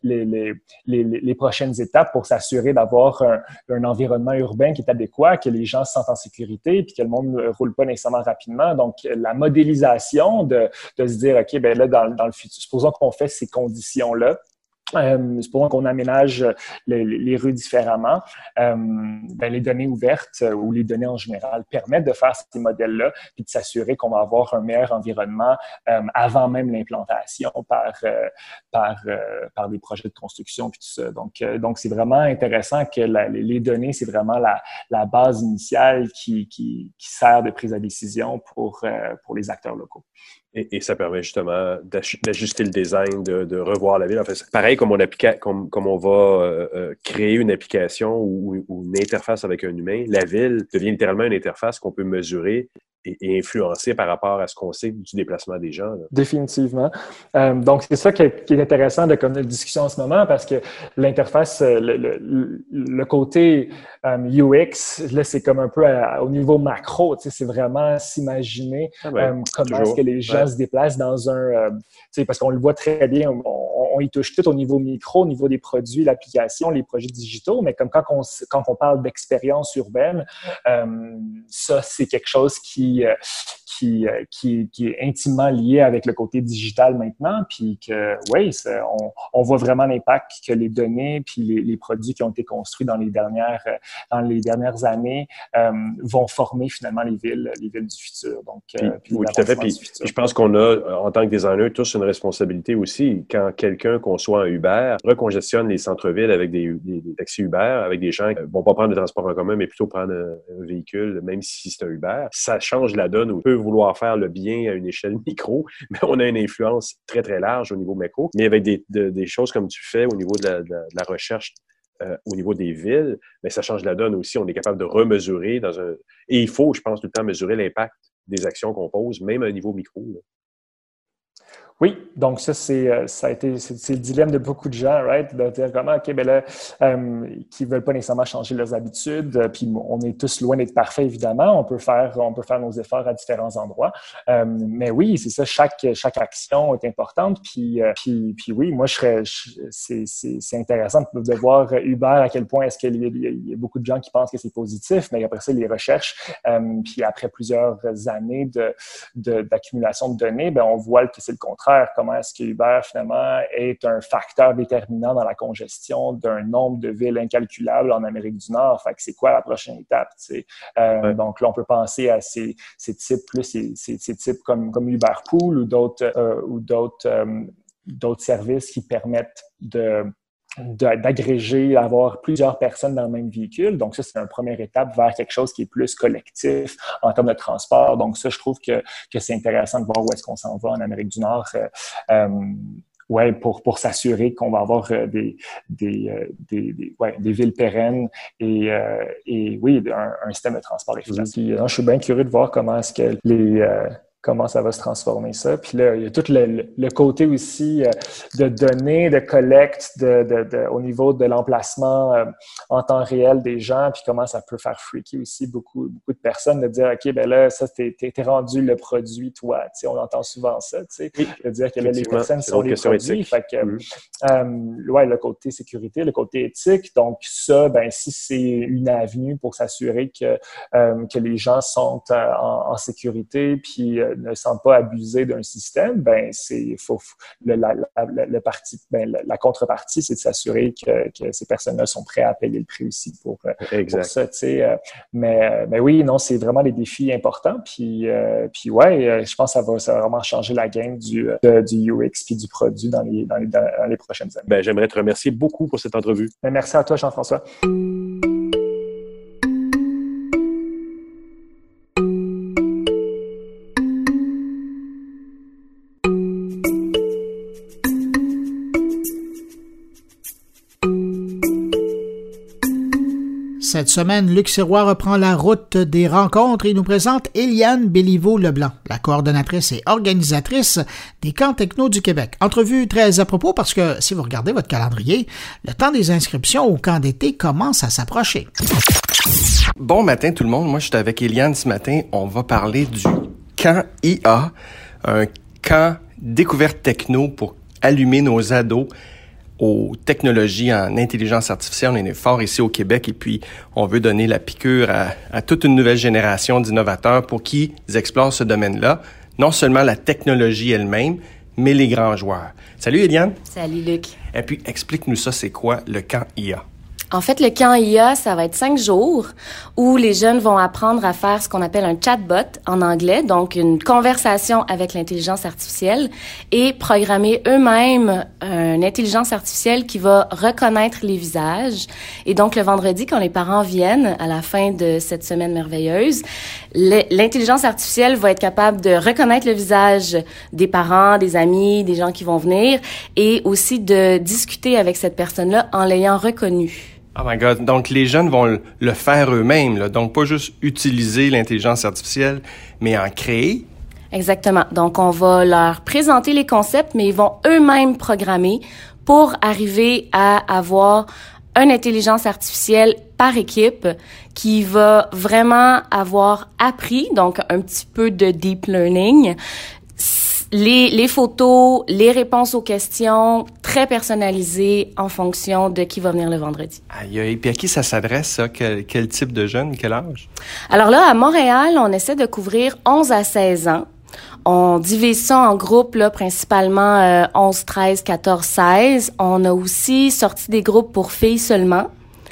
les prochaines étapes pour s'assurer d'avoir un environnement urbain qui est adéquat, que les gens se sentent en sécurité, puis que le monde ne roule pas nécessairement rapidement. Donc, la modélisation de se dire, OK, là, dans le futur, supposons qu'on fait ces conditions-là, supposons qu'on aménage les rues différemment, les données ouvertes ou les données en général permettent de faire ces modèles-là puis de s'assurer qu'on va avoir un meilleur environnement avant même l'implantation par des projets de construction puis tout ça. Donc c'est vraiment intéressant que les données, c'est vraiment la base initiale qui sert de prise de décision pour les acteurs locaux. Et ça permet justement d'ajuster le design, de revoir la ville. En fait, pareil comme on va créer une application ou une interface avec un humain, la ville devient littéralement une interface qu'on peut mesurer est influencé par rapport à ce qu'on sait du déplacement des gens. Là. Définitivement. Donc, c'est ça qui est intéressant de comme, notre discussion en ce moment parce que l'interface, le côté UX, là, c'est comme un peu au niveau macro. C'est vraiment s'imaginer comment est-ce que les gens se déplacent dans un... parce qu'on le voit très bien, on y touche tout au niveau micro, au niveau des produits, l'application, les projets digitaux, mais comme quand on parle d'expérience urbaine, ça, c'est quelque chose qui est intimement lié avec le côté digital maintenant, puis que, oui, on voit vraiment l'impact que les données puis les produits qui ont été construits dans les dernières années vont former finalement les villes du futur. Donc, oui, tout à fait. Puis je pense qu'on a, en tant que designers, tous une responsabilité aussi. Quand quelqu'un conçoit un Uber, recongestionne les centres-villes avec des taxis Uber, avec des gens qui ne vont pas prendre le transport en commun, mais plutôt prendre un véhicule, même si c'est un Uber, ça change la donne. On peut vouloir faire le bien à une échelle micro, mais on a une influence très, très large au niveau macro. Mais avec des choses comme tu fais au niveau de la recherche, au niveau des villes, mais ça change la donne aussi. On est capable de remesurer et il faut, je pense, tout le temps mesurer l'impact des actions qu'on pose, même à un niveau micro. Là. Oui, donc ça c'est le dilemme de beaucoup de gens, right? De dire comment, OK, ben là, qui veulent pas nécessairement changer leurs habitudes, puis on est tous loin d'être parfaits, évidemment. On peut faire nos efforts à différents endroits. Mais oui, c'est ça, chaque action est importante. Puis oui, moi c'est intéressant de voir Uber à quel point est-ce qu'il y a beaucoup de gens qui pensent que c'est positif, mais après ça, les recherches, puis après plusieurs années d'accumulation de données, ben on voit que c'est le contraire. Comment est-ce que Uber, finalement, est un facteur déterminant dans la congestion d'un nombre de villes incalculables en Amérique du Nord. Fait que c'est quoi la prochaine étape? Donc là, on peut penser à ces types, ces types comme Uber Pool ou d'autres services qui permettent d'agréger, d'avoir plusieurs personnes dans le même véhicule. Donc ça, c'est une première étape vers quelque chose qui est plus collectif en termes de transport. Donc ça, je trouve que c'est intéressant de voir où est-ce qu'on s'en va en Amérique du Nord. Pour s'assurer qu'on va avoir des villes pérennes et oui, un système de transport efficace. Puis, je suis bien curieux de voir comment est-ce que comment ça va se transformer ça. Puis là, il y a tout le côté aussi de données, de collecte au niveau de l'emplacement en temps réel des gens, puis comment ça peut faire freaker aussi beaucoup de personnes de dire, OK, ben là, ça, t'es rendu le produit, toi. Tu sais, on entend souvent ça, tu sais, de dire que là, les personnes sont les produits. Fait que, le côté sécurité, le côté éthique. Donc ça, ben si c'est une avenue pour s'assurer que les gens sont en sécurité, puis ne sentent pas abusés d'un système, ben la contrepartie, c'est de s'assurer que ces personnes-là sont prêtes à payer le prix aussi pour ça, tu sais. Mais oui, non, c'est vraiment des défis importants. Puis je pense que ça va vraiment changer la game du UX puis du produit dans les prochaines années. Ben, j'aimerais te remercier beaucoup pour cette entrevue. Merci à toi, Jean-François. Cette semaine, Luc Sirois reprend la route des rencontres et nous présente Éliane Béliveau-Leblanc, la coordonnatrice et organisatrice des camps techno du Québec. Entrevue très à propos parce que, si vous regardez votre calendrier, le temps des inscriptions au camp d'été commence à s'approcher. Bon matin tout le monde, moi je suis avec Éliane ce matin. On va parler du camp IA, un camp découverte techno pour allumer nos ados aux technologies en intelligence artificielle. On est fort ici au Québec et puis on veut donner la piqûre à toute une nouvelle génération d'innovateurs pour qu'ils explorent ce domaine-là. Non seulement la technologie elle-même, mais les grands joueurs. Salut Éliane. Salut Luc. Et puis explique-nous ça, c'est quoi le camp IA? En fait, le camp IA, ça va être 5 jours où les jeunes vont apprendre à faire ce qu'on appelle un chatbot en anglais, donc une conversation avec l'intelligence artificielle et programmer eux-mêmes une intelligence artificielle qui va reconnaître les visages. Et donc, le vendredi, quand les parents viennent à la fin de cette semaine merveilleuse, l'intelligence artificielle va être capable de reconnaître le visage des parents, des amis, des gens qui vont venir et aussi de discuter avec cette personne-là en l'ayant reconnue. Oh my God. Donc, les jeunes vont le faire eux-mêmes, là. Donc, pas juste utiliser l'intelligence artificielle, mais en créer. Exactement. Donc, on va leur présenter les concepts, mais ils vont eux-mêmes programmer pour arriver à avoir une intelligence artificielle par équipe qui va vraiment avoir appris, donc un petit peu de deep learning, les photos, les réponses aux questions, très personnalisées en fonction de qui va venir le vendredi. Aïe, puis à qui ça s'adresse, ça? Quel type de jeunes? Quel âge? Alors là, à Montréal, on essaie de couvrir 11 à 16 ans. On divise ça en groupes, là, principalement 11, 13, 14, 16. On a aussi sorti des groupes pour filles seulement.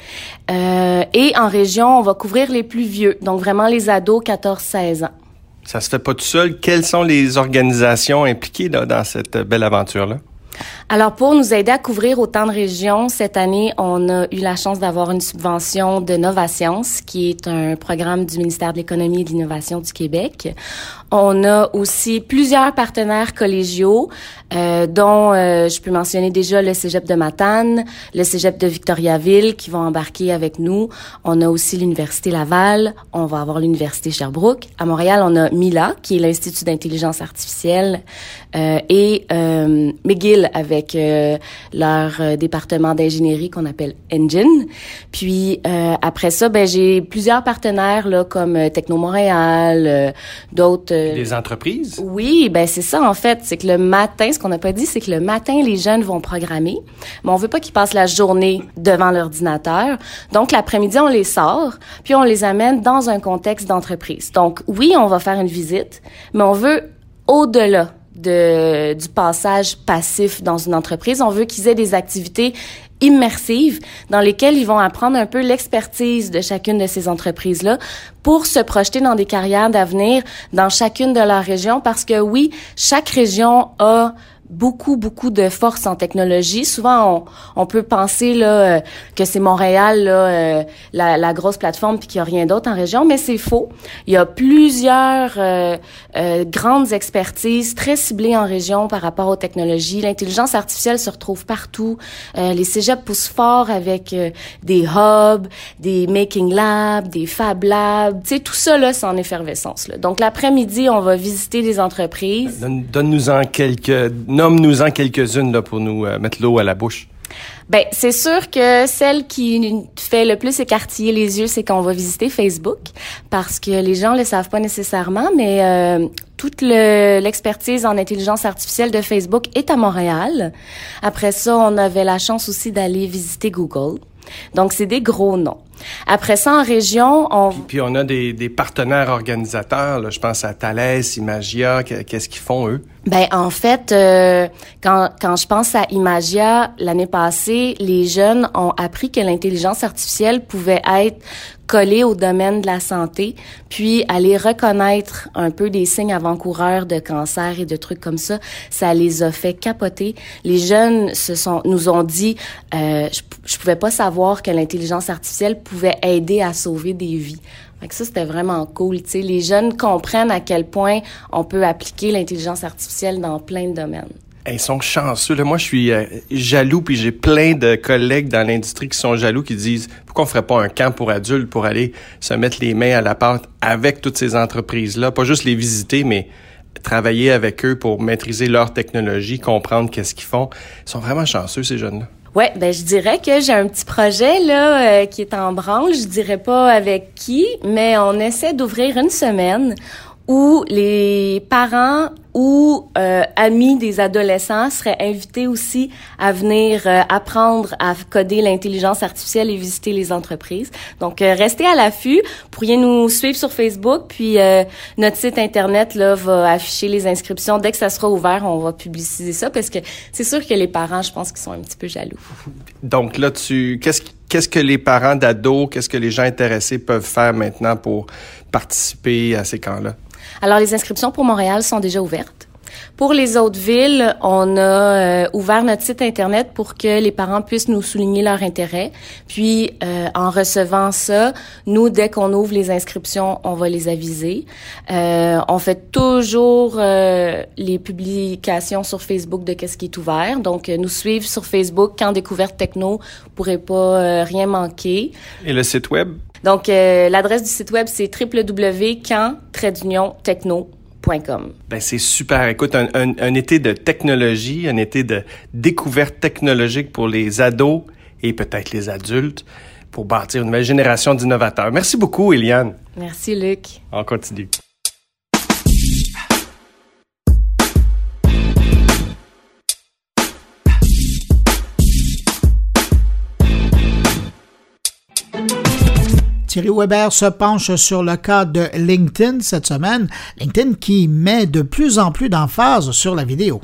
Et en région, on va couvrir les plus vieux, donc vraiment les ados 14, 16 ans. Ça se fait pas tout seul. Quelles sont les organisations impliquées là, dans cette belle aventure-là? Alors, pour nous aider à couvrir autant de régions, cette année, on a eu la chance d'avoir une subvention de Novascience, qui est un programme du ministère de l'Économie et de l'Innovation du Québec. On a aussi plusieurs partenaires collégiaux, dont je peux mentionner déjà le Cégep de Matane, le Cégep de Victoriaville, qui vont embarquer avec nous. On a aussi l'Université Laval, on va avoir l'Université Sherbrooke. À Montréal, on a MILA, qui est l'Institut d'intelligence artificielle, et McGill, avec leur département d'ingénierie qu'on appelle Engine. Puis après ça, j'ai plusieurs partenaires là comme Techno Montréal, d'autres. Des entreprises? Oui, c'est ça en fait. C'est que le matin, ce qu'on n'a pas dit, c'est que le matin, les jeunes vont programmer, mais on veut pas qu'ils passent la journée devant l'ordinateur. Donc l'après-midi, on les sort, puis on les amène dans un contexte d'entreprise. Donc oui, on va faire une visite, mais on veut au-delà du passage passif dans une entreprise. On veut qu'ils aient des activités immersives dans lesquelles ils vont apprendre un peu l'expertise de chacune de ces entreprises-là pour se projeter dans des carrières d'avenir dans chacune de leurs régions, parce que oui, chaque région a beaucoup de force en technologie. Souvent, on peut penser là que c'est Montréal là la grosse plateforme puis qu'il y a rien d'autre en région, mais c'est faux. Il y a plusieurs grandes expertises très ciblées en région par rapport aux technologies. L'intelligence artificielle se retrouve partout. Les cégeps poussent fort avec des hubs, des making labs, des fab labs. Tu sais, tout ça là, c'est en effervescence là. Donc l'après-midi, on va visiter des entreprises. Nomme-nous-en quelques-unes là, pour nous mettre l'eau à la bouche. C'est sûr que celle qui fait le plus écartiller les yeux, c'est qu'on va visiter Facebook, parce que les gens le savent pas nécessairement, mais toute l'expertise en intelligence artificielle de Facebook est à Montréal. Après ça, on avait la chance aussi d'aller visiter Google. Donc, c'est des gros noms. Après ça, en région, Puis on a des partenaires organisateurs, là, je pense à Thales, Imagia, qu'est-ce qu'ils font, eux? En fait, quand je pense à Imagia, l'année passée, les jeunes ont appris que l'intelligence artificielle pouvait être collée au domaine de la santé, puis aller reconnaître un peu des signes avant-coureurs de cancer et de trucs comme ça. Ça les a fait capoter. Les jeunes nous ont dit, je pouvais pas savoir que l'intelligence artificielle pouvait aider à sauver des vies. Fait que ça, c'était vraiment cool. Tu sais, les jeunes comprennent à quel point on peut appliquer l'intelligence artificielle dans plein de domaines. Ils sont chanceux. Là. Moi, je suis jaloux, puis j'ai plein de collègues dans l'industrie qui sont jaloux, qui disent « Pourquoi on ferait pas un camp pour adultes pour aller se mettre les mains à la pâte avec toutes ces entreprises-là? Pas juste les visiter, mais travailler avec eux pour maîtriser leur technologie, comprendre qu'est-ce qu'ils font. » Ils sont vraiment chanceux, ces jeunes-là. Ouais, je dirais que j'ai un petit projet là qui est en branle. Je dirais pas avec qui, mais on essaie d'ouvrir une semaine où les parents ou amis des adolescents seraient invités aussi à venir apprendre à coder l'intelligence artificielle et visiter les entreprises. Donc, restez à l'affût. Vous pourriez nous suivre sur Facebook, puis notre site Internet là va afficher les inscriptions. Dès que ça sera ouvert, on va publiciser ça, parce que c'est sûr que les parents, je pense qu'ils sont un petit peu jaloux. Donc là, qu'est-ce que les parents d'ados, qu'est-ce que les gens intéressés peuvent faire maintenant pour participer à ces camps-là? Alors, les inscriptions pour Montréal sont déjà ouvertes. Pour les autres villes, on a ouvert notre site Internet pour que les parents puissent nous souligner leur intérêt. Puis, en recevant ça, nous, dès qu'on ouvre les inscriptions, on va les aviser. On fait toujours les publications sur Facebook de qu'est-ce qui est ouvert. Donc, nous suivre sur Facebook, Camp Découverte Techno, vous pourrez pas rien manquer. Et le site web? Donc, l'adresse du site web, c'est www.camp-techno.com. Ben, c'est super. Écoute, un été de technologie, un été de découverte technologique pour les ados et peut-être les adultes pour bâtir une nouvelle génération d'innovateurs. Merci beaucoup, Éliane. Merci, Luc. On continue. Thierry Weber se penche sur le cas de LinkedIn cette semaine. LinkedIn qui met de plus en plus d'emphase sur la vidéo.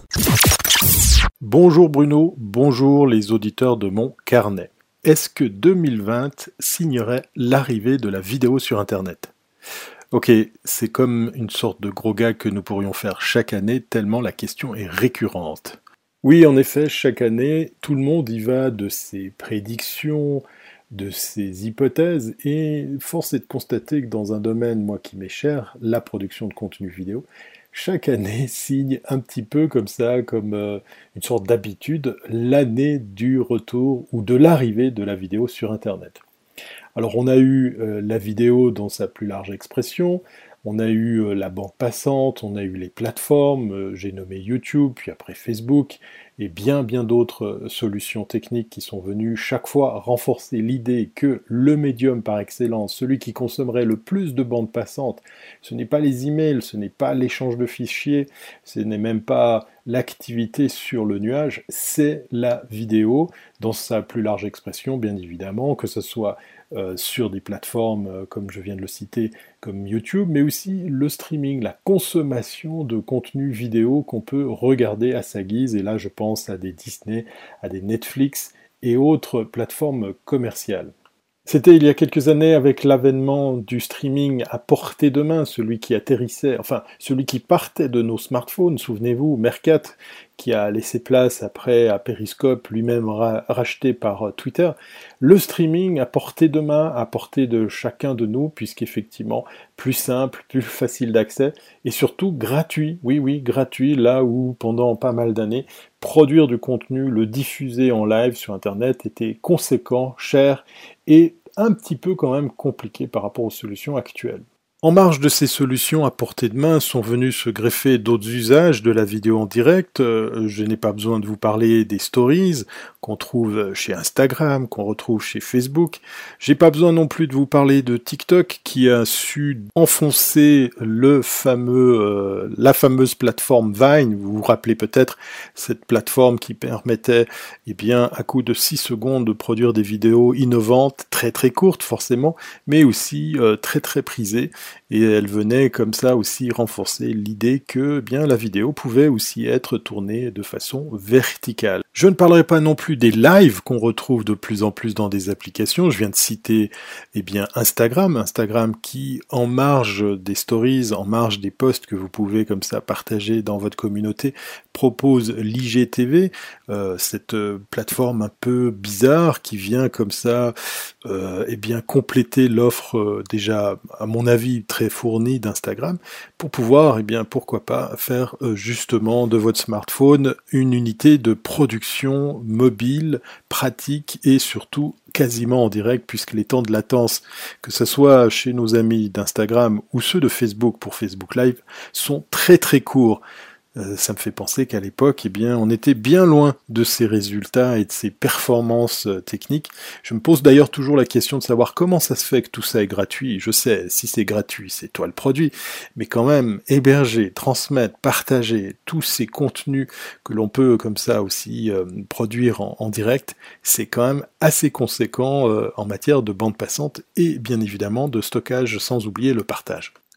Bonjour Bruno, bonjour les auditeurs de mon carnet. Est-ce que 2020 signerait l'arrivée de la vidéo sur Internet ? Ok, c'est comme une sorte de gros gag que nous pourrions faire chaque année tellement la question est récurrente. Oui, en effet, chaque année, tout le monde y va de ses prédictions, de ses hypothèses, et force est de constater que dans un domaine, moi qui m'est cher, la production de contenu vidéo, chaque année signe un petit peu comme ça, comme une sorte d'habitude, l'année du retour ou de l'arrivée de la vidéo sur Internet. Alors on a eu la vidéo dans sa plus large expression, on a eu la bande passante, on a eu les plateformes, j'ai nommé YouTube, puis après Facebook, et bien d'autres solutions techniques qui sont venues chaque fois renforcer l'idée que le médium par excellence, celui qui consommerait le plus de bandes passantes, ce n'est pas les emails, ce n'est pas l'échange de fichiers, ce n'est même pas l'activité sur le nuage, c'est la vidéo dans sa plus large expression, bien évidemment, que ce soit sur des plateformes comme je viens de le citer, comme YouTube, mais aussi le streaming, la consommation de contenu vidéo qu'on peut regarder à sa guise, et là je pense à des Disney, à des Netflix et autres plateformes commerciales. C'était il y a quelques années avec l'avènement du streaming à portée de main, celui qui atterrissait, enfin celui qui partait de nos smartphones, souvenez-vous, Mercat, qui a laissé place après à Periscope, lui-même racheté par Twitter. Le streaming à portée de main, à portée de chacun de nous, puisqu'effectivement, plus simple, plus facile d'accès, et surtout gratuit, oui, gratuit, là où pendant pas mal d'années, produire du contenu, le diffuser en live sur Internet était conséquent, cher, et un petit peu quand même compliqué par rapport aux solutions actuelles. En marge de ces solutions à portée de main sont venus se greffer d'autres usages de la vidéo en direct. Je n'ai pas besoin de vous parler des stories qu'on trouve chez Instagram, qu'on retrouve chez Facebook. J'ai pas besoin non plus de vous parler de TikTok qui a su enfoncer la fameuse plateforme Vine. Vous vous rappelez peut-être cette plateforme qui permettait, à coup de 6 secondes de produire des vidéos innovantes, très très courtes forcément, mais aussi très très prisées. Et elle venait comme ça aussi renforcer l'idée que la vidéo pouvait aussi être tournée de façon verticale. Je ne parlerai pas non plus des lives qu'on retrouve de plus en plus dans des applications. Je viens de citer Instagram qui, en marge des stories, en marge des posts que vous pouvez comme ça partager dans votre communauté, propose l'IGTV, cette plateforme un peu bizarre qui vient comme ça compléter l'offre déjà à mon avis très fournie d'Instagram pour pouvoir pourquoi pas faire justement de votre smartphone une unité de production mobile, pratique et surtout quasiment en direct, puisque les temps de latence, que ce soit chez nos amis d'Instagram ou ceux de Facebook pour Facebook Live, sont très très courts. Ça me fait penser qu'à l'époque, on était bien loin de ces résultats et de ces performances techniques. Je me pose d'ailleurs toujours la question de savoir comment ça se fait que tout ça est gratuit. Je sais, si c'est gratuit, c'est toi le produit, mais quand même, héberger, transmettre, partager tous ces contenus que l'on peut comme ça aussi produire en direct, c'est quand même assez conséquent en matière de bande passante et bien évidemment de stockage, sans oublier le partage.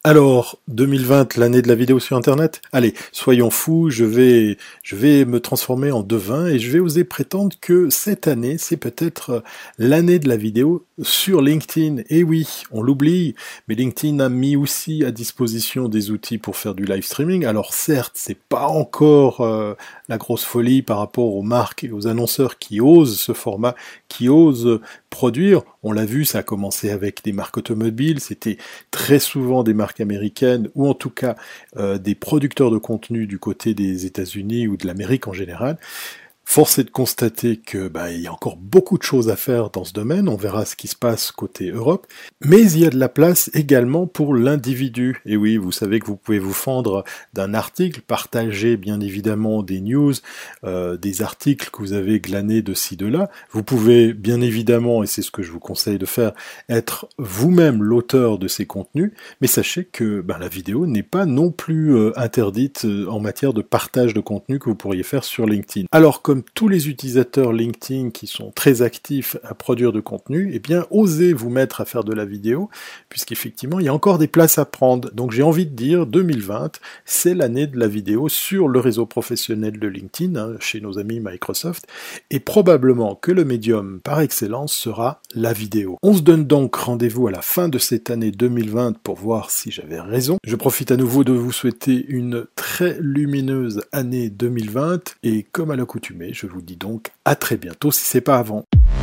Alors, 2020, l'année de la vidéo sur Internet? Allez, soyons fous, je vais me transformer en devin et je vais oser prétendre que cette année, c'est peut-être l'année de la vidéo sur LinkedIn. Et oui, on l'oublie, mais LinkedIn a mis aussi à disposition des outils pour faire du live streaming. Alors certes, c'est pas encore la grosse folie par rapport aux marques et aux annonceurs qui osent ce format, qui osent produire. On l'a vu, ça a commencé avec des marques automobiles, c'était très souvent des marques américaines ou en tout cas des producteurs de contenu du côté des États-Unis ou de l'Amérique en général. Force est de constater que il y a encore beaucoup de choses à faire dans ce domaine, on verra ce qui se passe côté Europe, mais il y a de la place également pour l'individu. Et oui, vous savez que vous pouvez vous fendre d'un article, partager bien évidemment des news, des articles que vous avez glanés de ci, de là. Vous pouvez bien évidemment, et c'est ce que je vous conseille de faire, être vous-même l'auteur de ces contenus, mais sachez que la vidéo n'est pas non plus interdite en matière de partage de contenu que vous pourriez faire sur LinkedIn. Alors, comme tous les utilisateurs LinkedIn qui sont très actifs à produire de contenu, eh bien, osez vous mettre à faire de la vidéo, puisqu'effectivement, il y a encore des places à prendre. Donc, j'ai envie de dire, 2020, c'est l'année de la vidéo sur le réseau professionnel de LinkedIn, chez nos amis Microsoft, et probablement que le médium par excellence sera la vidéo. On se donne donc rendez-vous à la fin de cette année 2020 pour voir si j'avais raison. Je profite à nouveau de vous souhaiter une très lumineuse année 2020, et comme à l'accoutumée, je vous dis donc à très bientôt si c'est pas avant.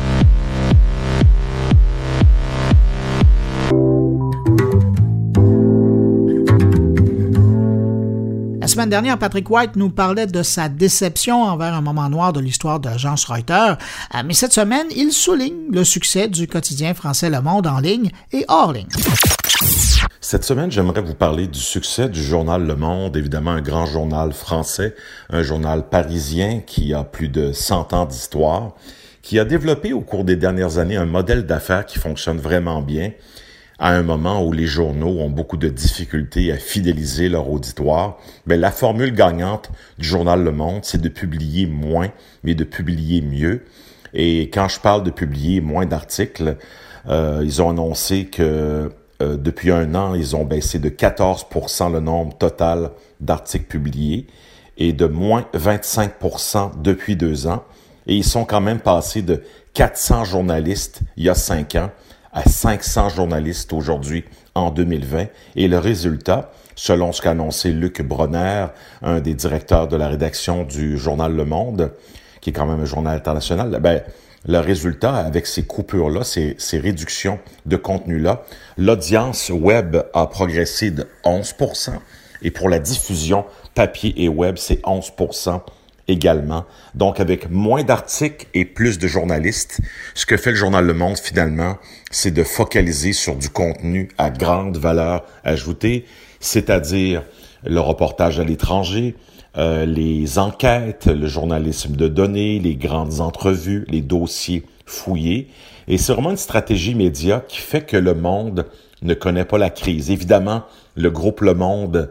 La semaine dernière, Patrick White nous parlait de sa déception envers un moment noir de l'histoire de l'agence Reuters, mais cette semaine, il souligne le succès du quotidien français Le Monde en ligne et hors ligne. Cette semaine, j'aimerais vous parler du succès du journal Le Monde, évidemment un grand journal français, un journal parisien qui a plus de 100 ans d'histoire, qui a développé au cours des dernières années un modèle d'affaires qui fonctionne vraiment bien, à un moment où les journaux ont beaucoup de difficultés à fidéliser leur auditoire. La formule gagnante du journal Le Monde, c'est de publier moins, mais de publier mieux. Et quand je parle de publier moins d'articles, ils ont annoncé que depuis un an, ils ont baissé de 14% le nombre total d'articles publiés et de moins 25% depuis 2 ans. Et ils sont quand même passés de 400 journalistes il y a 5 ans à 500 journalistes aujourd'hui en 2020. Et le résultat, selon ce qu'a annoncé Luc Bronner, un des directeurs de la rédaction du journal Le Monde, qui est quand même un journal international, le résultat, avec ces coupures-là, ces réductions de contenu-là, l'audience web a progressé de 11%, et pour la diffusion papier et web, c'est 11% également. Donc, avec moins d'articles et plus de journalistes, ce que fait le journal Le Monde, finalement, c'est de focaliser sur du contenu à grande valeur ajoutée, c'est-à-dire le reportage à l'étranger, les enquêtes, le journalisme de données, les grandes entrevues, les dossiers fouillés. Et c'est vraiment une stratégie média qui fait que Le Monde ne connaît pas la crise. Évidemment, le groupe Le Monde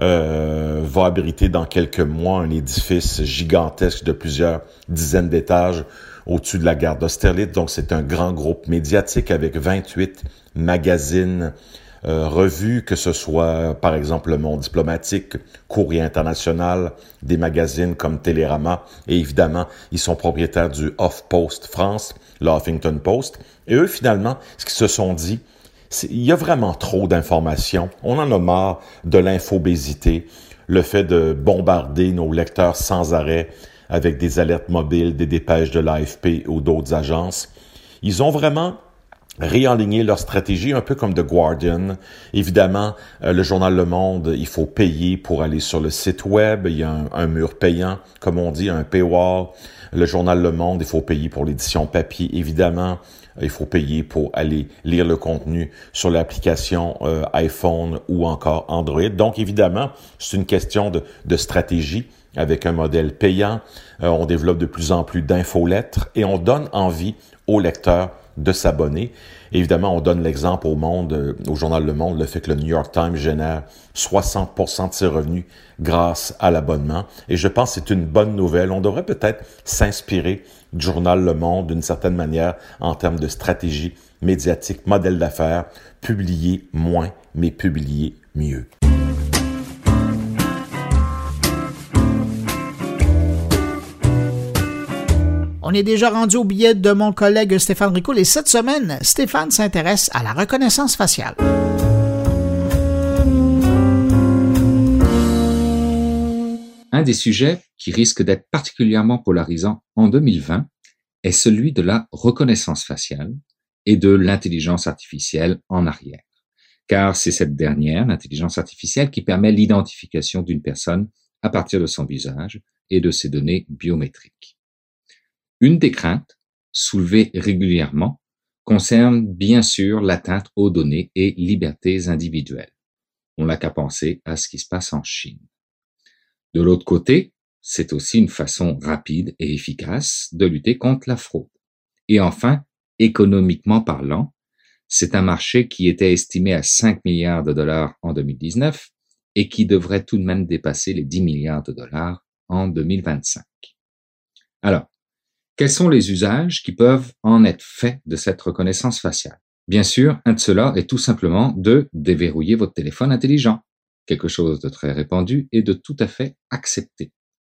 va abriter dans quelques mois un édifice gigantesque de plusieurs dizaines d'étages au-dessus de la gare d'Austerlitz. Donc, c'est un grand groupe médiatique avec 28 magazines, revues, que ce soit, par exemple, Le Monde diplomatique, Courrier international, des magazines comme Télérama, et évidemment, ils sont propriétaires du HuffPost France, le Huffington Post. Et eux, finalement, ce qu'ils se sont dit, il y a vraiment trop d'informations. On en a marre de l'infobésité, le fait de bombarder nos lecteurs sans arrêt avec des alertes mobiles, des dépêches de l'AFP ou d'autres agences. Ils ont vraiment réaligner leur stratégie, un peu comme The Guardian. Évidemment, le journal Le Monde, il faut payer pour aller sur le site web. Il y a un mur payant, comme on dit, un paywall. Le journal Le Monde, il faut payer pour l'édition papier, évidemment. Il faut payer pour aller lire le contenu sur l'application iPhone ou encore Android. Donc, évidemment, c'est une question de stratégie avec un modèle payant. On développe de plus en plus d'infolettres et on donne envie aux lecteurs de s'abonner. Évidemment, on donne l'exemple au Monde, au journal Le Monde, le fait que le New York Times génère 60% de ses revenus grâce à l'abonnement. Et je pense que c'est une bonne nouvelle. On devrait peut-être s'inspirer du journal Le Monde d'une certaine manière en termes de stratégie médiatique, modèle d'affaires, publier moins, mais publier mieux. On est déjà rendu au billet de mon collègue Stéphane Ricoul et cette semaine, Stéphane s'intéresse à la reconnaissance faciale. Un des sujets qui risque d'être particulièrement polarisant en 2020 est celui de la reconnaissance faciale et de l'intelligence artificielle en arrière. Car c'est cette dernière, l'intelligence artificielle, qui permet l'identification d'une personne à partir de son visage et de ses données biométriques. Une des craintes, soulevées régulièrement, concerne bien sûr l'atteinte aux données et libertés individuelles. On n'a qu'à penser à ce qui se passe en Chine. De l'autre côté, c'est aussi une façon rapide et efficace de lutter contre la fraude. Et enfin, économiquement parlant, c'est un marché qui était estimé à 5 milliards de dollars en 2019 et qui devrait tout de même dépasser les 10 milliards de dollars en 2025. Alors, quels sont les usages qui peuvent en être faits de cette reconnaissance faciale? Bien sûr, un de ceux-là est tout simplement de déverrouiller votre téléphone intelligent, quelque chose de très répandu et de tout à fait accepté.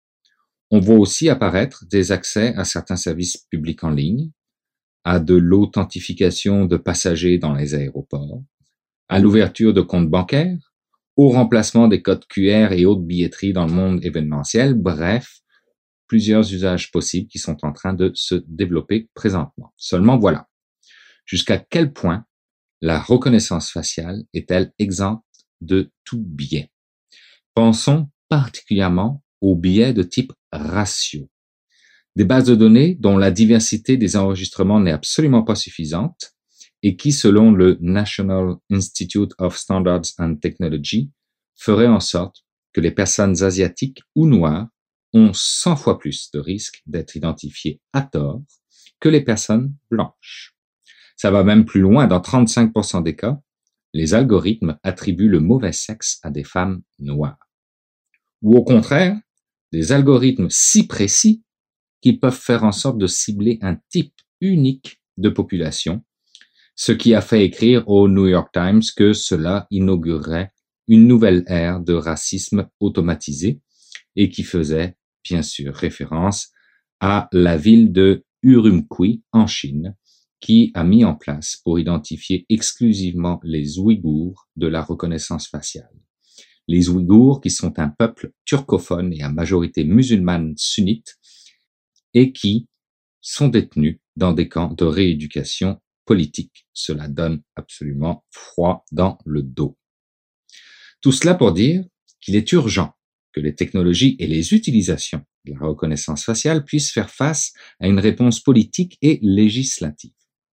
On voit aussi apparaître des accès à certains services publics en ligne, à de l'authentification de passagers dans les aéroports, à l'ouverture de comptes bancaires, au remplacement des codes QR et autres billetteries dans le monde événementiel, bref, plusieurs usages possibles qui sont en train de se développer présentement. Seulement voilà, jusqu'à quel point la reconnaissance faciale est-elle exempte de tout biais? Pensons particulièrement aux biais de type ratio. Des bases de données dont la diversité des enregistrements n'est absolument pas suffisante et qui, selon le National Institute of Standards and Technology, feraient en sorte que les personnes asiatiques ou noires ont 100 fois plus de risques d'être identifiées à tort que les personnes blanches. Ça va même plus loin, dans 35% des cas, les algorithmes attribuent le mauvais sexe à des femmes noires. Ou au contraire, des algorithmes si précis qu'ils peuvent faire en sorte de cibler un type unique de population, ce qui a fait écrire au New York Times que cela inaugurerait une nouvelle ère de racisme automatisé et qui faisait bien sûr référence à la ville de Urumqi en Chine, qui a mis en place pour identifier exclusivement les Ouïghours de la reconnaissance faciale. Les Ouïghours qui sont un peuple turcophone et à majorité musulmane sunnite et qui sont détenus dans des camps de rééducation politique. Cela donne absolument froid dans le dos. Tout cela pour dire qu'il est urgent que les technologies et les utilisations de la reconnaissance faciale puissent faire face à une réponse politique et législative.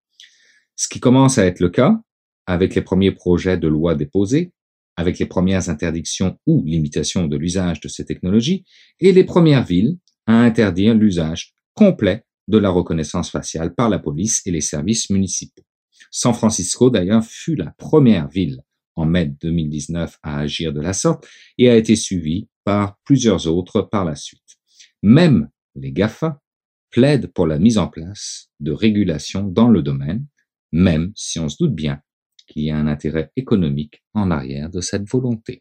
Ce qui commence à être le cas avec les premiers projets de loi déposés, avec les premières interdictions ou limitations de l'usage de ces technologies et les premières villes à interdire l'usage complet de la reconnaissance faciale par la police et les services municipaux. San Francisco, d'ailleurs, fut la première ville en mai 2019 à agir de la sorte et a été suivie par plusieurs autres par la suite. Même les GAFA plaident pour la mise en place de régulations dans le domaine, même si on se doute bien qu'il y a un intérêt économique en arrière de cette volonté.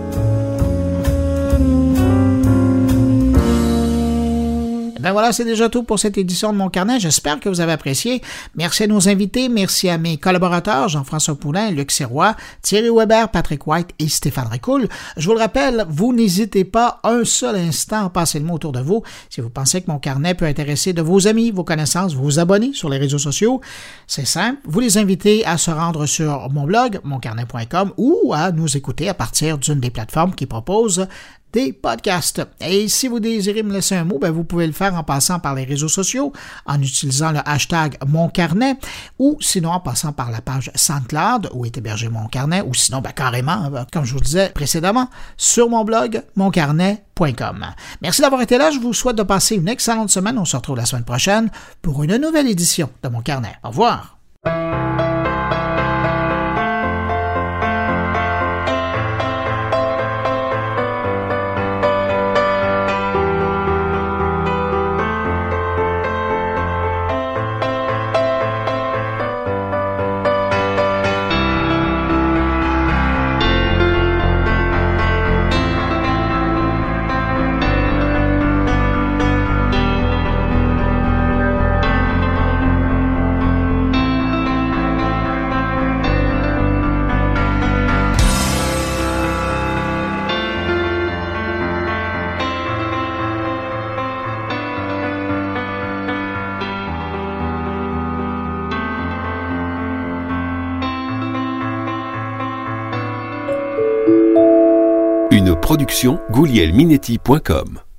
Ben voilà, c'est déjà tout pour cette édition de Mon Carnet. J'espère que vous avez apprécié. Merci à nos invités. Merci à mes collaborateurs, Jean-François Poulin, Luc Sirois, Thierry Weber, Patrick White et Stéphane Ricoul. Je vous le rappelle, vous n'hésitez pas un seul instant à passer le mot autour de vous. Si vous pensez que Mon Carnet peut intéresser de vos amis, vos connaissances, vous abonner sur les réseaux sociaux. C'est simple. Vous les invitez à se rendre sur mon blog, moncarnet.com, ou à nous écouter à partir d'une des plateformes qui proposent des podcasts. Et si vous désirez me laisser un mot, ben vous pouvez le faire en passant par les réseaux sociaux, en utilisant le hashtag MonCarnet, ou sinon en passant par la page SoundCloud, où est hébergé Mon Carnet, ou sinon carrément, comme je vous le disais précédemment, sur mon blog, moncarnet.com. Merci d'avoir été là. Je vous souhaite de passer une excellente semaine. On se retrouve la semaine prochaine pour une nouvelle édition de Mon Carnet. Au revoir. production goulielminetti.com.